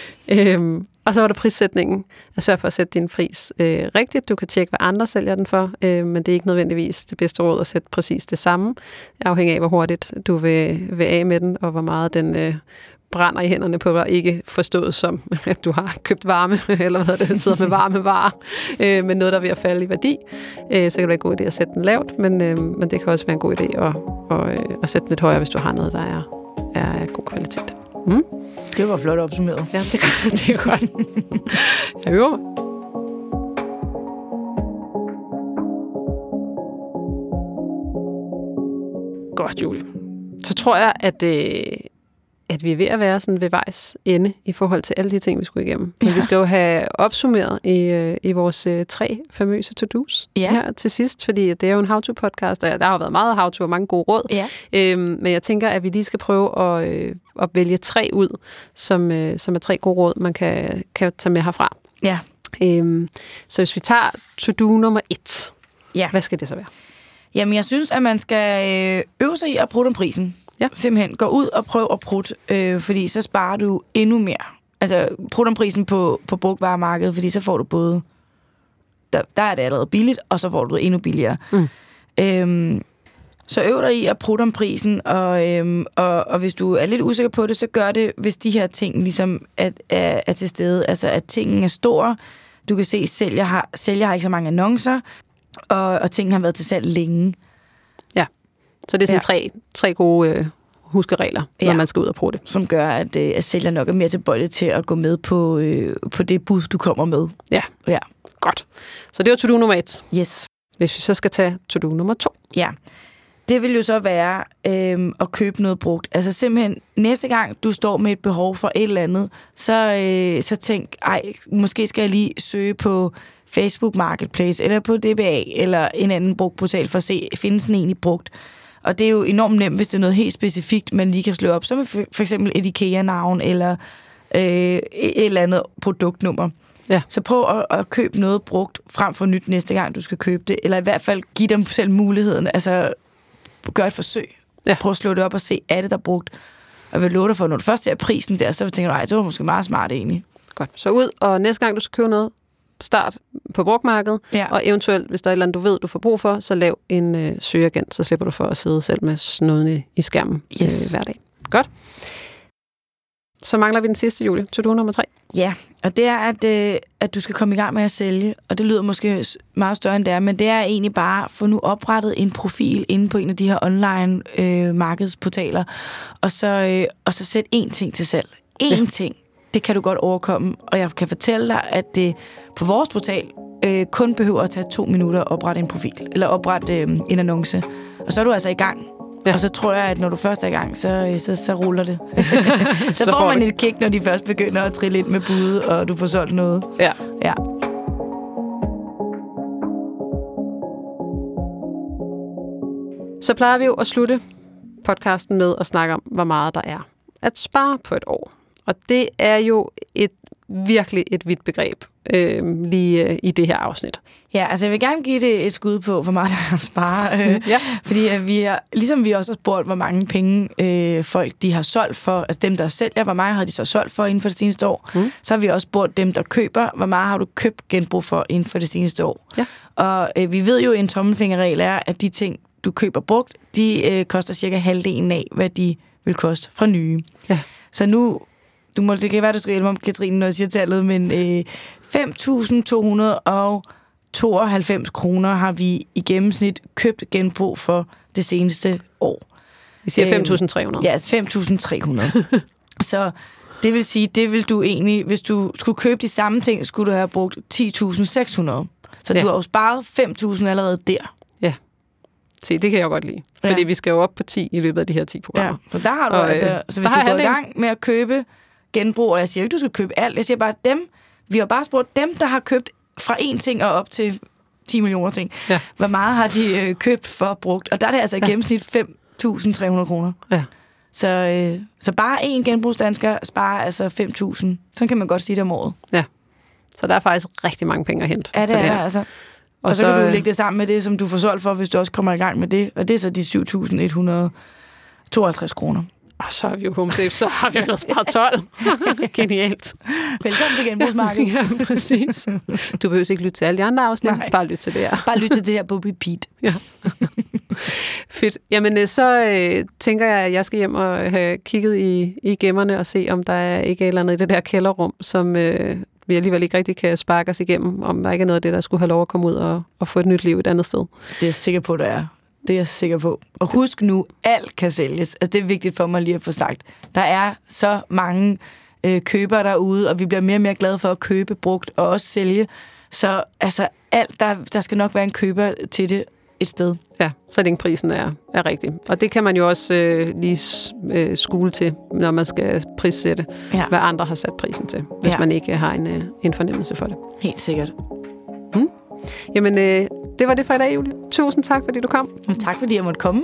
Og så var der prissætningen. At sørge for at sætte din pris rigtigt. Du kan tjekke, hvad andre sælger den for, men det er ikke nødvendigvis det bedste råd at sætte præcis det samme. Afhængig af, hvor hurtigt du vil af med den, og hvor meget den brænder i hænderne på dig. Ikke forstået som, at du har købt varme, eller hvad det sidder med varme varer, men noget, der er ved at falde i værdi. Så kan det være en god idé at sætte den lavt, men det kan også være en god idé at sætte den lidt højere, hvis du har noget, der er god kvalitet. Det var flot opsummeret. Ja, det er godt. Jeg øver mig. Godt, Julie. Så tror jeg, at vi er ved at være sådan ved vejs ende i forhold til alle de ting, vi skulle igennem. Men vi skal jo have opsummeret i vores 3 famøse to-dos her til sidst, fordi det er jo en how-to-podcast, og der har været meget how-to og mange gode råd. Ja. Men jeg tænker, at vi lige skal prøve at vælge 3 ud, som er 3 gode råd, man kan tage med herfra. Ja. Så hvis vi tager to-do nummer 1, hvad skal det så være? Jamen, jeg synes, at man skal øve sig i at prutte om prisen. Ja. Simpelthen gå ud og prøv at prutte, fordi så sparer du endnu mere. Altså, prutte om prisen på brugtvaremarkedet, fordi så får du både... Der er det allerede billigt, og så får du det endnu billigere. Så øv dig i at prutte om prisen, og hvis du er lidt usikker på det, så gør det, hvis de her ting ligesom er til stede. Altså, at tingen er stor. Du kan se, at sælger har ikke så mange annoncer, og ting har været til salg længe. Ja. Så det er sådan 3 gode huskeregler, når man skal ud og prøve det. Som gør, at sælger nok er mere tilbøjelig til at gå med på det bud, du kommer med. Ja. Godt. Så det var to-do nummer 1. Yes. Hvis vi så skal tage to-do nummer 2. Ja. Det vil jo så være at købe noget brugt. Altså simpelthen, næste gang du står med et behov for et eller andet, så tænk, måske skal jeg lige søge på Facebook Marketplace, eller på DBA, eller en anden brugt portal for at se, findes den egentlig brugt. Og det er jo enormt nemt, hvis det er noget helt specifikt, man lige kan slå op, som for eksempel et IKEA-navn, eller et eller andet produktnummer. Ja. Så prøv at købe noget brugt frem for nyt næste gang, du skal købe det, eller i hvert fald give dem selv muligheden. Altså, gør et forsøg. Ja. Prøv at slå det op og se, er det der brugt? Og jeg vil love dig for, når du først er prisen der, så tænker du, det var måske meget smart egentlig. Godt. Så ud, og næste gang du skal købe noget, start på brugtmarkedet, og eventuelt, hvis der er et eller andet, du ved, du får brug for, så lav en søgeagent, så slipper du for at sidde selv med snuden i skærmen hver dag. Godt. Så mangler vi den sidste, Julie. To-do nummer 3. Ja, og det er, at du skal komme i gang med at sælge, og det lyder måske meget større end det er, men det er egentlig bare at få nu oprettet en profil inde på en af de her online markedsportaler, og så sæt én ting til salg. Én ting. Det kan du godt overkomme, og jeg kan fortælle dig, at det på vores portal kun behøver at tage 2 minutter at oprette en profil, eller oprette en annonce. Og så er du altså i gang. Ja. Og så tror jeg, at når du først er i gang, så ruller det. så får man et kick, når de først begynder at trille ind med bud, og du får solgt noget. Ja. Så plejer vi jo at slutte podcasten med at snakke om, hvor meget der er at spare på et år. Og det er jo virkelig et vidt begreb lige i det her afsnit. Ja, altså jeg vil gerne give det et skud på, hvor meget der er at spare. Fordi ligesom vi også har spurgt, hvor mange penge folk de har solgt for, altså dem, der sælger, hvor meget har de så solgt for inden for det seneste år. Så har vi også spurgt dem, der køber, hvor meget har du købt genbrug for inden for det seneste år. Ja. Og vi ved jo, en tommelfingerregel er, at de ting, du køber brugt, de koster cirka halvdelen af, hvad de vil koste fra nye. Ja. Så nu, det kan være, du skal hjælpe mig, Katrine, når jeg siger tallet, men 5.292 kroner har vi i gennemsnit købt genbrug for det seneste år. Vi siger 5.300. Ja, 5.300. Så det vil sige, det vil du egentlig, hvis du skulle købe de samme ting, skulle du have brugt 10.600. Så du har jo sparet 5.000 allerede der. Ja. Se, det kan jeg godt lide. Fordi vi skal jo op på 10 i løbet af de her 10 programmer. Ja, så der har du så hvis du går i gang med at købe genbrug, og jeg siger ikke, du skal købe alt. Jeg siger bare, vi har bare spurgt dem, der har købt fra én ting og op til 10 millioner ting. Ja. Hvor meget har de købt for brugt? Og der er det altså i gennemsnit 5.300 kroner. Ja. Så bare én genbrugsdansker sparer altså 5.000. Sådan kan man godt sige det om året. Ja. Så der er faktisk rigtig mange penge at hente. Ja, det er der altså. Og så kan du lægge det sammen med det, som du får solgt for, hvis du også kommer i gang med det. Og det er så de 7.152 kroner. Og så er vi jo home safe, så har vi ellers bare 12. Genialt. Velkommen til genbrugsmarkedet. Ja, præcis. Du behøver ikke lytte til alle de andre afsnit. Nej. Bare lytte til det her. Bare lytte til det her på repeat. Ja. Fedt. Jamen, så tænker jeg, at jeg skal hjem og have kigget i gemmerne og se, om der ikke er et eller andet i det der kælderrum, som vi alligevel ikke rigtig kan sparke os igennem, om der ikke er noget af det, der skulle have lov at komme ud og få et nyt liv et andet sted. Det er jeg sikker på, der er. Det er jeg sikker på. Og husk nu, alt kan sælges. Altså, det er vigtigt for mig lige at få sagt. Der er så mange købere derude, og vi bliver mere og mere glade for at købe brugt og også sælge. Så altså, alt, der skal nok være en køber til det et sted. Ja, så længe prisen er rigtig. Og det kan man jo også lige skule til, når man skal prissætte, hvad andre har sat prisen til, hvis man ikke har en fornemmelse for det. Helt sikkert. Jamen, det var det for i dag, Julie. Tusind tak, fordi du kom. Tak, fordi jeg måtte komme.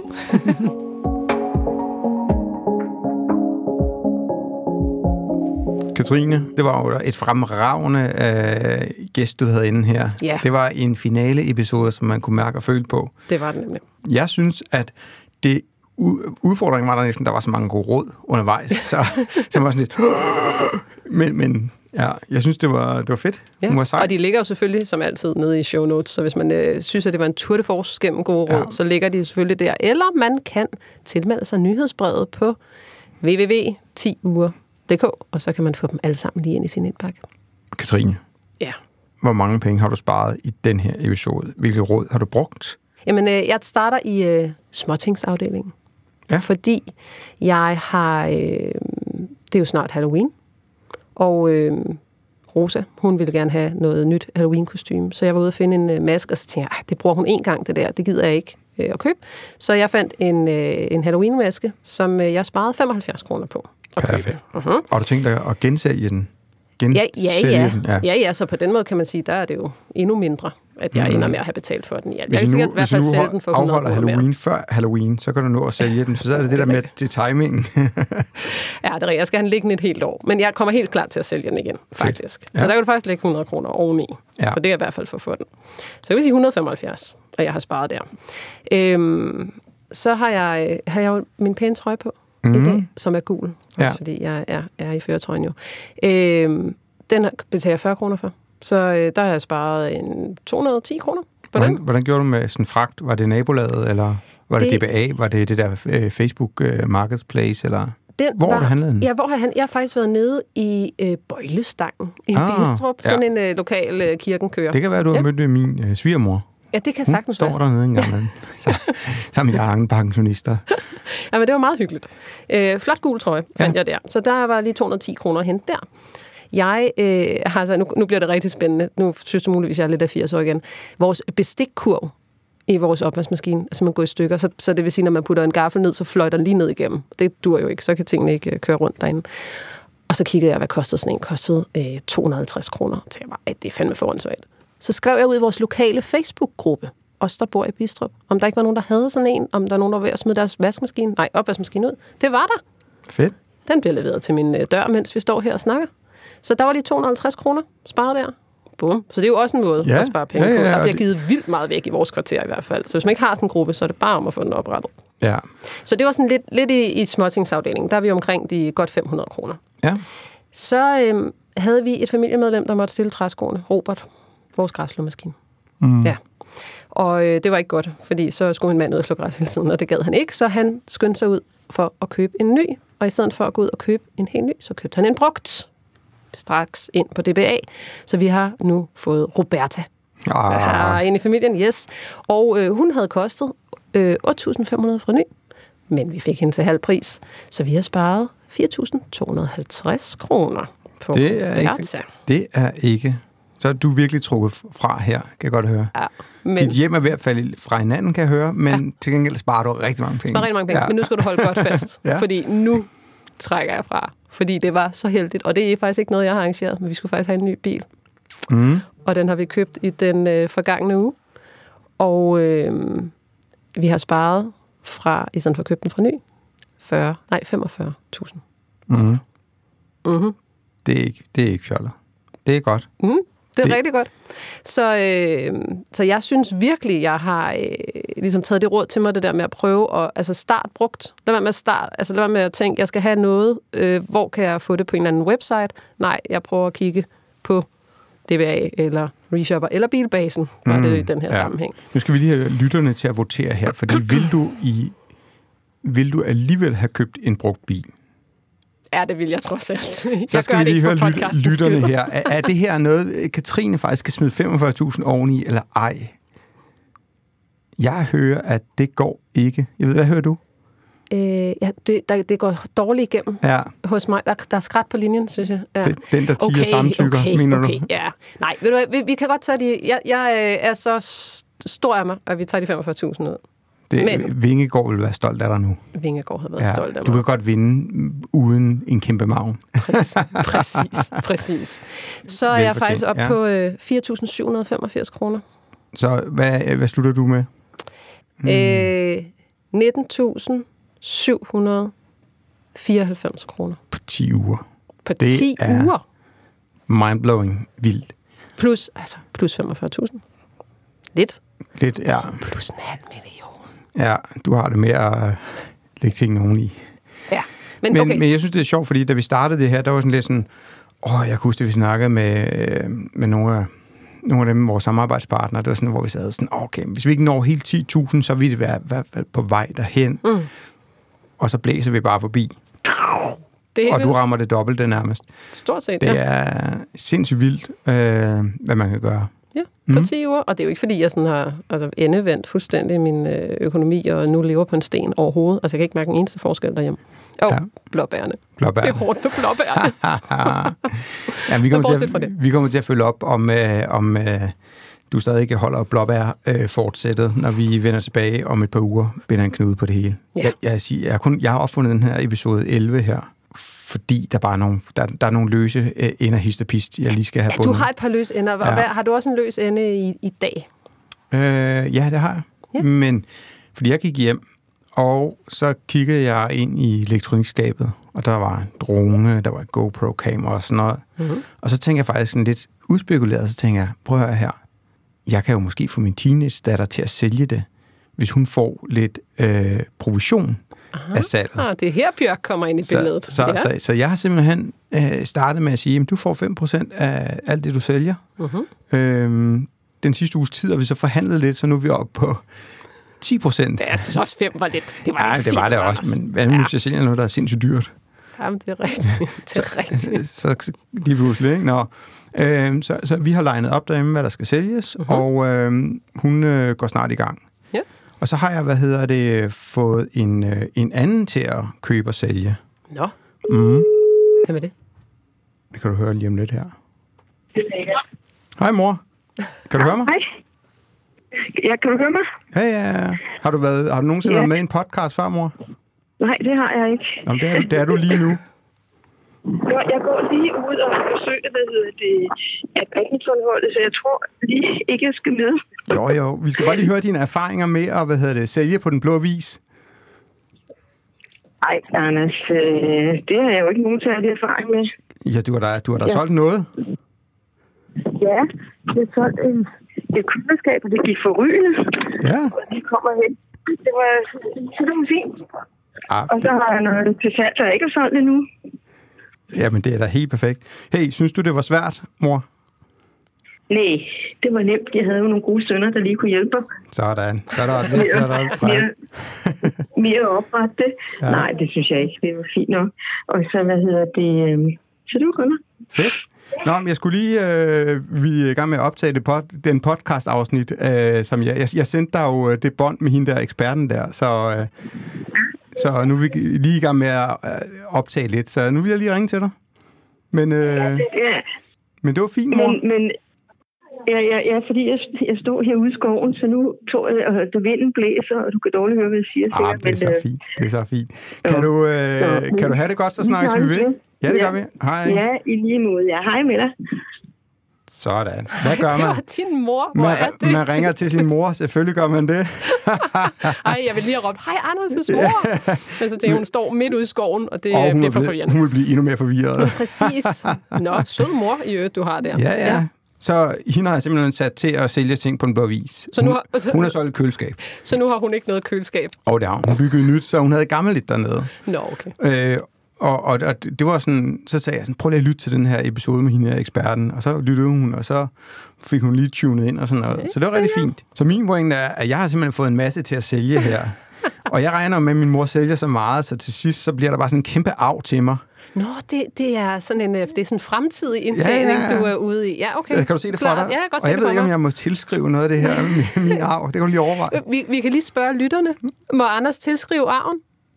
Katrine, det var jo et fremragende gæst, du havde inde her. Ja. Det var en finale-episode, som man kunne mærke og føle på. Det var det nemlig. Jeg synes, at det udfordringen var der næsten, der var så mange gode råd undervejs. Så var sådan lidt... Men ja, jeg synes, det var fedt. Ja. Og de ligger jo selvfølgelig, som altid, nede i show notes. Så hvis man synes, at det var en tour de force gennem gode råd, så ligger de selvfølgelig der. Eller man kan tilmelde sig nyhedsbrevet på www.10uger.dk, og så kan man få dem alle sammen lige ind i sin indpakke. Katrine, hvor mange penge har du sparet i den her episode? Hvilke råd har du brugt? Jamen, jeg starter i småtingsafdelingen. Ja. Fordi jeg har... det er jo snart Halloween. Og Rosa, hun ville gerne have noget nyt Halloween-kostume. Så jeg var ude og finde en maske, og så tænkte jeg, det bruger hun én gang, det der. Det gider jeg ikke at købe. Så jeg fandt en Halloween-maske, som jeg sparede 75 kroner på at købe. Uh-huh. Og du tænkte dig at gensælge den? Ja, så på den måde kan man sige, der er det jo endnu mindre, at jeg ender med at have betalt for den. Jeg kan sikkert i hvert fald sælge den for 100 kroner Halloween mere. Før Halloween, så kan du nå at sælge den, for så er det der med til timingen. Ja, det er jeg skal have den liggende et helt år, men jeg kommer helt klart til at sælge den igen, faktisk. Ja. Så der kan du faktisk lægge 100 kroner oveni, for det er i hvert fald for at få den. Så jeg vil sige 175, og jeg har sparet der. Så har jeg jo min pæne trøje på i dag, som er gul, også fordi jeg er i førertrøjen jo. Den betaler jeg 40 kroner for. Så der har jeg sparet 210 kroner på den. Hvordan gjorde du med sådan fragt? Var det nabolaget, eller var det DBA? Var det det der Facebook Marketplace, eller hvor har du handlet den? Ja, hvor har jeg har faktisk været nede i Bøjlestangen i Bistrup, sådan en lokal kirkenkører. Det kan være, at du har mødt min svigermor. Ja, det kan sagtens være. Hun står dernede en gang. Sammen med de andre pensionister. Ja, men det var meget hyggeligt. Flot gul trøje fandt jeg der. Så der var lige 210 kroner at hente der. Jeg har så, nu bliver det rigtig spændende. Nu synes du muligvis, jeg er lidt af 80 år igen. Vores bestikkurv i vores opvaskemaskine, altså man går i stykker, så det vil sige, når man putter en gaffel ned, så fløjter den lige ned igennem. Det dur jo ikke, så kan tingene ikke køre rundt derinde. Og så kiggede jeg, hvad kostede sådan en? Kostede 250 kroner. Så tænkte jeg bare, det er fandme for åndssvagt. Så skrev jeg ud i vores lokale Facebook-gruppe, os der bor i Bistrup, om der ikke var nogen, der havde sådan en, om der er nogen, der var ved at smide deres opvaskemaskine ud. Det var der. Fedt. Den bliver leveret til min dør, mens vi står her og snakker. Så der var de 250 kroner sparet der. Bum. Så det er jo også en måde at spare penge på. Der bliver givet vildt meget væk i vores kvarter i hvert fald. Så hvis man ikke har sådan en gruppe, så er det bare om at få den oprettet. Ja. Så det var sådan lidt i småtingsafdelingen. Der er vi omkring de godt 500 kroner. Ja. Så havde vi et familiemedlem, der måtte stille træskoene. Robert, vores græsslåmaskine. Ja. Og det var ikke godt, fordi så skulle min mand ud og slå græs hele tiden, og det gad han ikke. Så han skyndte sig ud for at købe en ny. Og i stedet for at gå ud og købe en helt ny, så købte han en brugt. Straks ind på DBA. Så vi har nu fået Roberta. Ind i familien, yes. Og hun havde kostet 8.500 fra ny. Men vi fik hende til halv pris. Så vi har sparet 4.250 kroner på Roberta. Det er ikke... Så er du virkelig trukket fra her, kan jeg godt høre. Ja, men... Dit hjem er ved at falde fra hinanden, kan jeg høre, men til gengæld sparer du rigtig mange penge. Sparer rigtig mange penge, men nu skal du holde godt fast. Fordi nu trækker jeg fra. Fordi det var så heldigt. Og det er faktisk ikke noget, jeg har arrangeret, men vi skulle faktisk have en ny bil. Og den har vi købt i den forgangne uge. Og vi har sparet fra, i stedet for at købe den fra ny, 45.000. Det er ikke fjollet. Det er godt. Det er rigtig godt. Så jeg synes virkelig, jeg har ligesom taget det råd til mig, det der med at prøve at starte brugt. Lad være med at tænke, jeg skal have noget, hvor kan jeg få det på en eller anden website? Nej, jeg prøver at kigge på DBA eller Reshopper eller Bilbasen, var det i den her sammenhæng. Nu skal vi lige have lytterne til at votere her, fordi vil du alligevel have købt en brugt bil? Ja, det vil jeg trods alt. Så skal vi lige høre lytterne her. Er det her noget, Katrine faktisk skal smide 45.000 oveni, eller ej? Jeg hører, at det går ikke. Jeg ved, hvad hører du? Det går dårligt igennem hos mig. Der er skrat på linjen, synes jeg. Ja. Den, der tiger samtykker, mener du? Ja. Nej, ved du hvad, vi kan godt tage de... Jeg er så stor af mig, at vi tager de 45.000 ud. Vingegaard vil være stolt af dig nu. Vingegaard har været stolt af mig. Du kan godt vinde uden en kæmpe maven. Præcis. Så er jeg faktisk op på 4.785 kroner. Så hvad slutter du med? 19.794 kroner. På 10 uger. På 10 uger? Mindblowing vildt. Plus 45.000. Lidt, ja. Plus en halv million. Ja, du har det med at lægge tingene oveni. Ja, men jeg synes, det er sjovt, fordi da vi startede det her, der var sådan lidt sådan, jeg kan huske, at vi snakkede med nogle af dem, vores samarbejdspartnere, det var sådan, hvor vi sad sådan, okay, hvis vi ikke når helt 10.000, så vil det være i hvert fald på vej derhen. Og så blæser vi bare forbi. Og du rammer det dobbelte nærmest. Stort set, det er sindssygt vildt, hvad man kan gøre. Ja, på 10 uger. Og det er jo ikke, fordi jeg sådan har endevendt fuldstændig min økonomi, og nu lever på en sten overhovedet. Altså, jeg kan ikke mærke en eneste forskel derhjemme. Blåbærne. Det er hårdt med blåbærne. Vi kommer til at følge op, om du stadig ikke holder blåbær fortsættet, når vi vender tilbage om et par uger, binder en knude på det hele. Ja. Jeg har opfundet den her episode 11 her, fordi der er nogle løse ender hist og pist, jeg lige skal have fundet. Du har et par løse ender. Har du også en løs ende i dag? Ja, det har jeg. Ja. Men fordi jeg gik hjem, og så kiggede jeg ind i elektronikskabet, og der var en drone, der var et GoPro-kamera og sådan noget. Og så tænker jeg faktisk sådan lidt udspekuleret, så tænker jeg, prøv at høre her, jeg kan jo måske få min teenage-datter til at sælge det, hvis hun får lidt provision af salget. Det er her, Bjørk kommer ind i billedet. Så jeg har simpelthen startet med at sige, at du får 5% af alt det, du sælger. Den sidste uges tid har vi så forhandlet lidt, så nu er vi oppe på 10%. Jeg synes også 5 var lidt. Det var det også, men hvad nu, hvis jeg sælger noget, der er sindssygt dyrt? Jamen, det er rigtigt. Så lige pludselig, ikke? Så vi har legnet op derhjemme, hvad der skal sælges, og hun går snart i gang. Ja. Og så har jeg, fået en anden til at købe og sælge. Nå. Hvem er det? Det kan du høre lige om lidt her. Hej, mor. Kan du høre mig? Hej. Ja, kan du høre mig? Ja. Har du nogensinde været med i en podcast før, mor? Nej, det har jeg ikke. Jamen, det er du lige nu. Jeg går lige ud og besøger, badmintonholdet, så jeg tror lige ikke, jeg skal med. Jo. Vi skal bare lige høre dine erfaringer med at, sælge på Den Blå Avis. Ej, Anders, det har jeg jo ikke nogen særlig erfaring med. Ja, du har da solgt noget. Ja, det er solgt et køleskab, og det gik forrygende. Ja. Og de kommer hen. Det var fint. Og så har jeg noget til salg, der ikke er solgt endnu. Jamen, det er da helt perfekt. Hey, synes du, det var svært, mor? Nej, det var nemt. Jeg havde jo nogle gode sønner, der lige kunne hjælpe mig. Sådan. Så er der mere opret det. Ja. Nej, det synes jeg ikke. Det var fint nok. Og så, så det var godt nok. Fedt. Nå, men jeg skulle lige... vi er i gang med at optage den podcast-afsnit, som jeg sendte dig jo det bånd med hende der eksperten der, så nu er vi lige i gang med at optage lidt, så nu vil jeg lige ringe til dig. Men det var fint, mor. Ja, fordi jeg stod herude i skoven, så nu tror jeg, at vinden blæser, og du kan dårligt høre, hvad jeg siger. Det er så fint. Kan du have det godt, så snakkes vi ved? Ja, det gør vi. Hej. Ja, i lige måde. Ja, hej med dig. Sådan. Hvad gør man? Det var din mor. Hvor er det? Man ringer til sin mor. Selvfølgelig gør man det. Ej, jeg vil lige have råbt, hej Anders' mor. Men så tænker hun står midt ude i skoven, og det er for forvirrende. Hun vil blive endnu mere forvirret. Præcis. Nå, sød mor i øvrigt, du har der. Ja. Så hende har jeg simpelthen sat til at sælge ting på Den Blå Avis. Hun har solgt et køleskab. Så nu har hun ikke noget køleskab? Det har hun. Hun byggede nyt, så hun havde gammelt lidt dernede. Nå, okay. Og det var sådan, så sagde jeg sådan, prøv lige at lytte til den her episode med hende her eksperten. Og så lyttede hun, og så fik hun lige tunet ind og sådan noget. Så det var rigtig fint. Så min pointe er, at jeg har simpelthen fået en masse til at sælge her. Og jeg regner med, at min mor sælger så meget, så til sidst, så bliver der bare sådan en kæmpe arv til mig. Nå, det er sådan en fremtidig indtjening, du er ude i. Ja, okay. Så kan du se det for dig? Ja, jeg kan godt se og jeg det ved ikke, om jeg må tilskrive noget af det her med min arv. Det kan du lige overveje. Vi kan lige spørge lytterne. Må Anders tilskrive arven?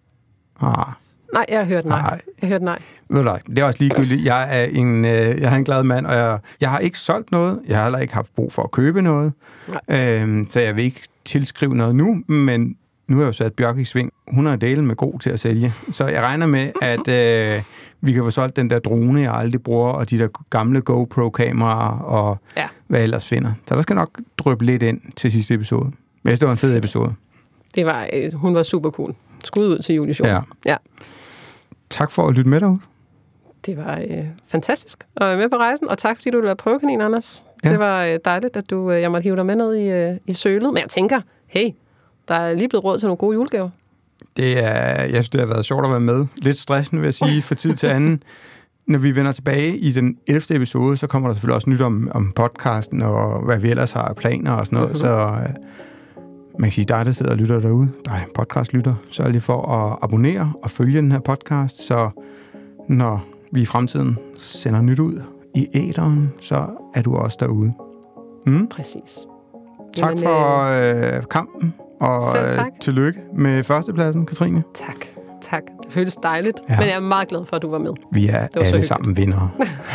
Nej, jeg har hørt nej. Ved du, det er også ligegyldigt. Jeg er en glad mand, og jeg har ikke solgt noget. Jeg har heller ikke haft brug for at købe noget. Så jeg vil ikke tilskrive noget nu, men nu har jeg jo sat Bjørk i sving. Hun er delen med god til at sælge. Så jeg regner med, at vi kan få solgt den der drone, jeg aldrig bruger, og de der gamle GoPro-kameraer, og hvad ellers finder. Så der skal nok dryppe lidt ind til sidste episode. Men det var en fed episode. Hun var super cool. Skud ud til Julie Schoen. Ja. Tak for at lytte med derude. Det var fantastisk at være med på rejsen, og tak fordi du ville være prøvekanin, Anders. Ja. Det var dejligt, at jeg måtte hive dig med ned i sølet. Men jeg tænker, hey, der er lige blevet råd til nogle gode julegaver. Jeg synes, det har været sjovt at være med. Lidt stressende, vil jeg sige, fra tid til anden. Når vi vender tilbage i den 11. episode, så kommer der selvfølgelig også nyt om podcasten, og hvad vi ellers har af planer og sådan noget. Så man kan sige, dig, der sidder og lytter derude, dig podcastlytter, sørg lige for at abonnere og følge den her podcast, så når vi i fremtiden sender nyt ud i æteren, så er du også derude. Præcis. Tak for kampen, og tillykke med førstepladsen, Katrine. Tak. Det føles dejligt, men jeg er meget glad for, at du var med. Vi er alle sammen vindere.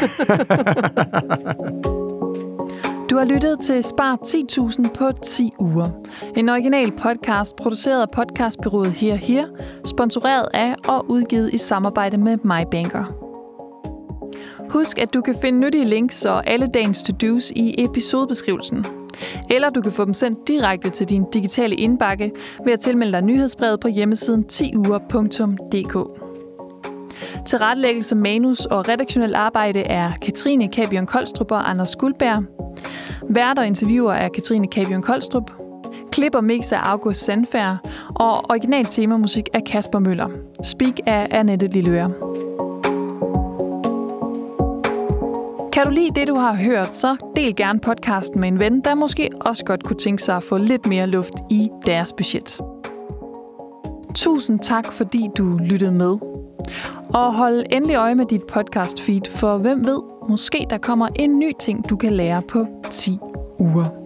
Du har lyttet til Spar 10.000 på 10 uger. En original podcast produceret af podcastbureauet Her, sponsoreret af og udgivet i samarbejde med MyBanker. Husk, at du kan finde nyttige links og alle dagens to-dos i episodebeskrivelsen. Eller du kan få dem sendt direkte til din digitale indbakke ved at tilmelde dig nyhedsbrevet på hjemmesiden 10uger.dk. Tilrettelæggelse, manus og redaktionel arbejde er Katrine Kabion Kolstrup og Anders Guldberg. Vært og interviewer er Katrine Kabion Kolstrup. Klip og mix af August Sandfær. Og original temamusik af Kasper Møller. Speak af Annette Lilleøre. Kan du lide det, du har hørt, så del gerne podcasten med en ven, der måske også godt kunne tænke sig at få lidt mere luft i deres budget. Tusind tak, fordi du lyttede med. Og hold endelig øje med dit podcast feed, for hvem ved, måske der kommer en ny ting, du kan lære på 10 uger.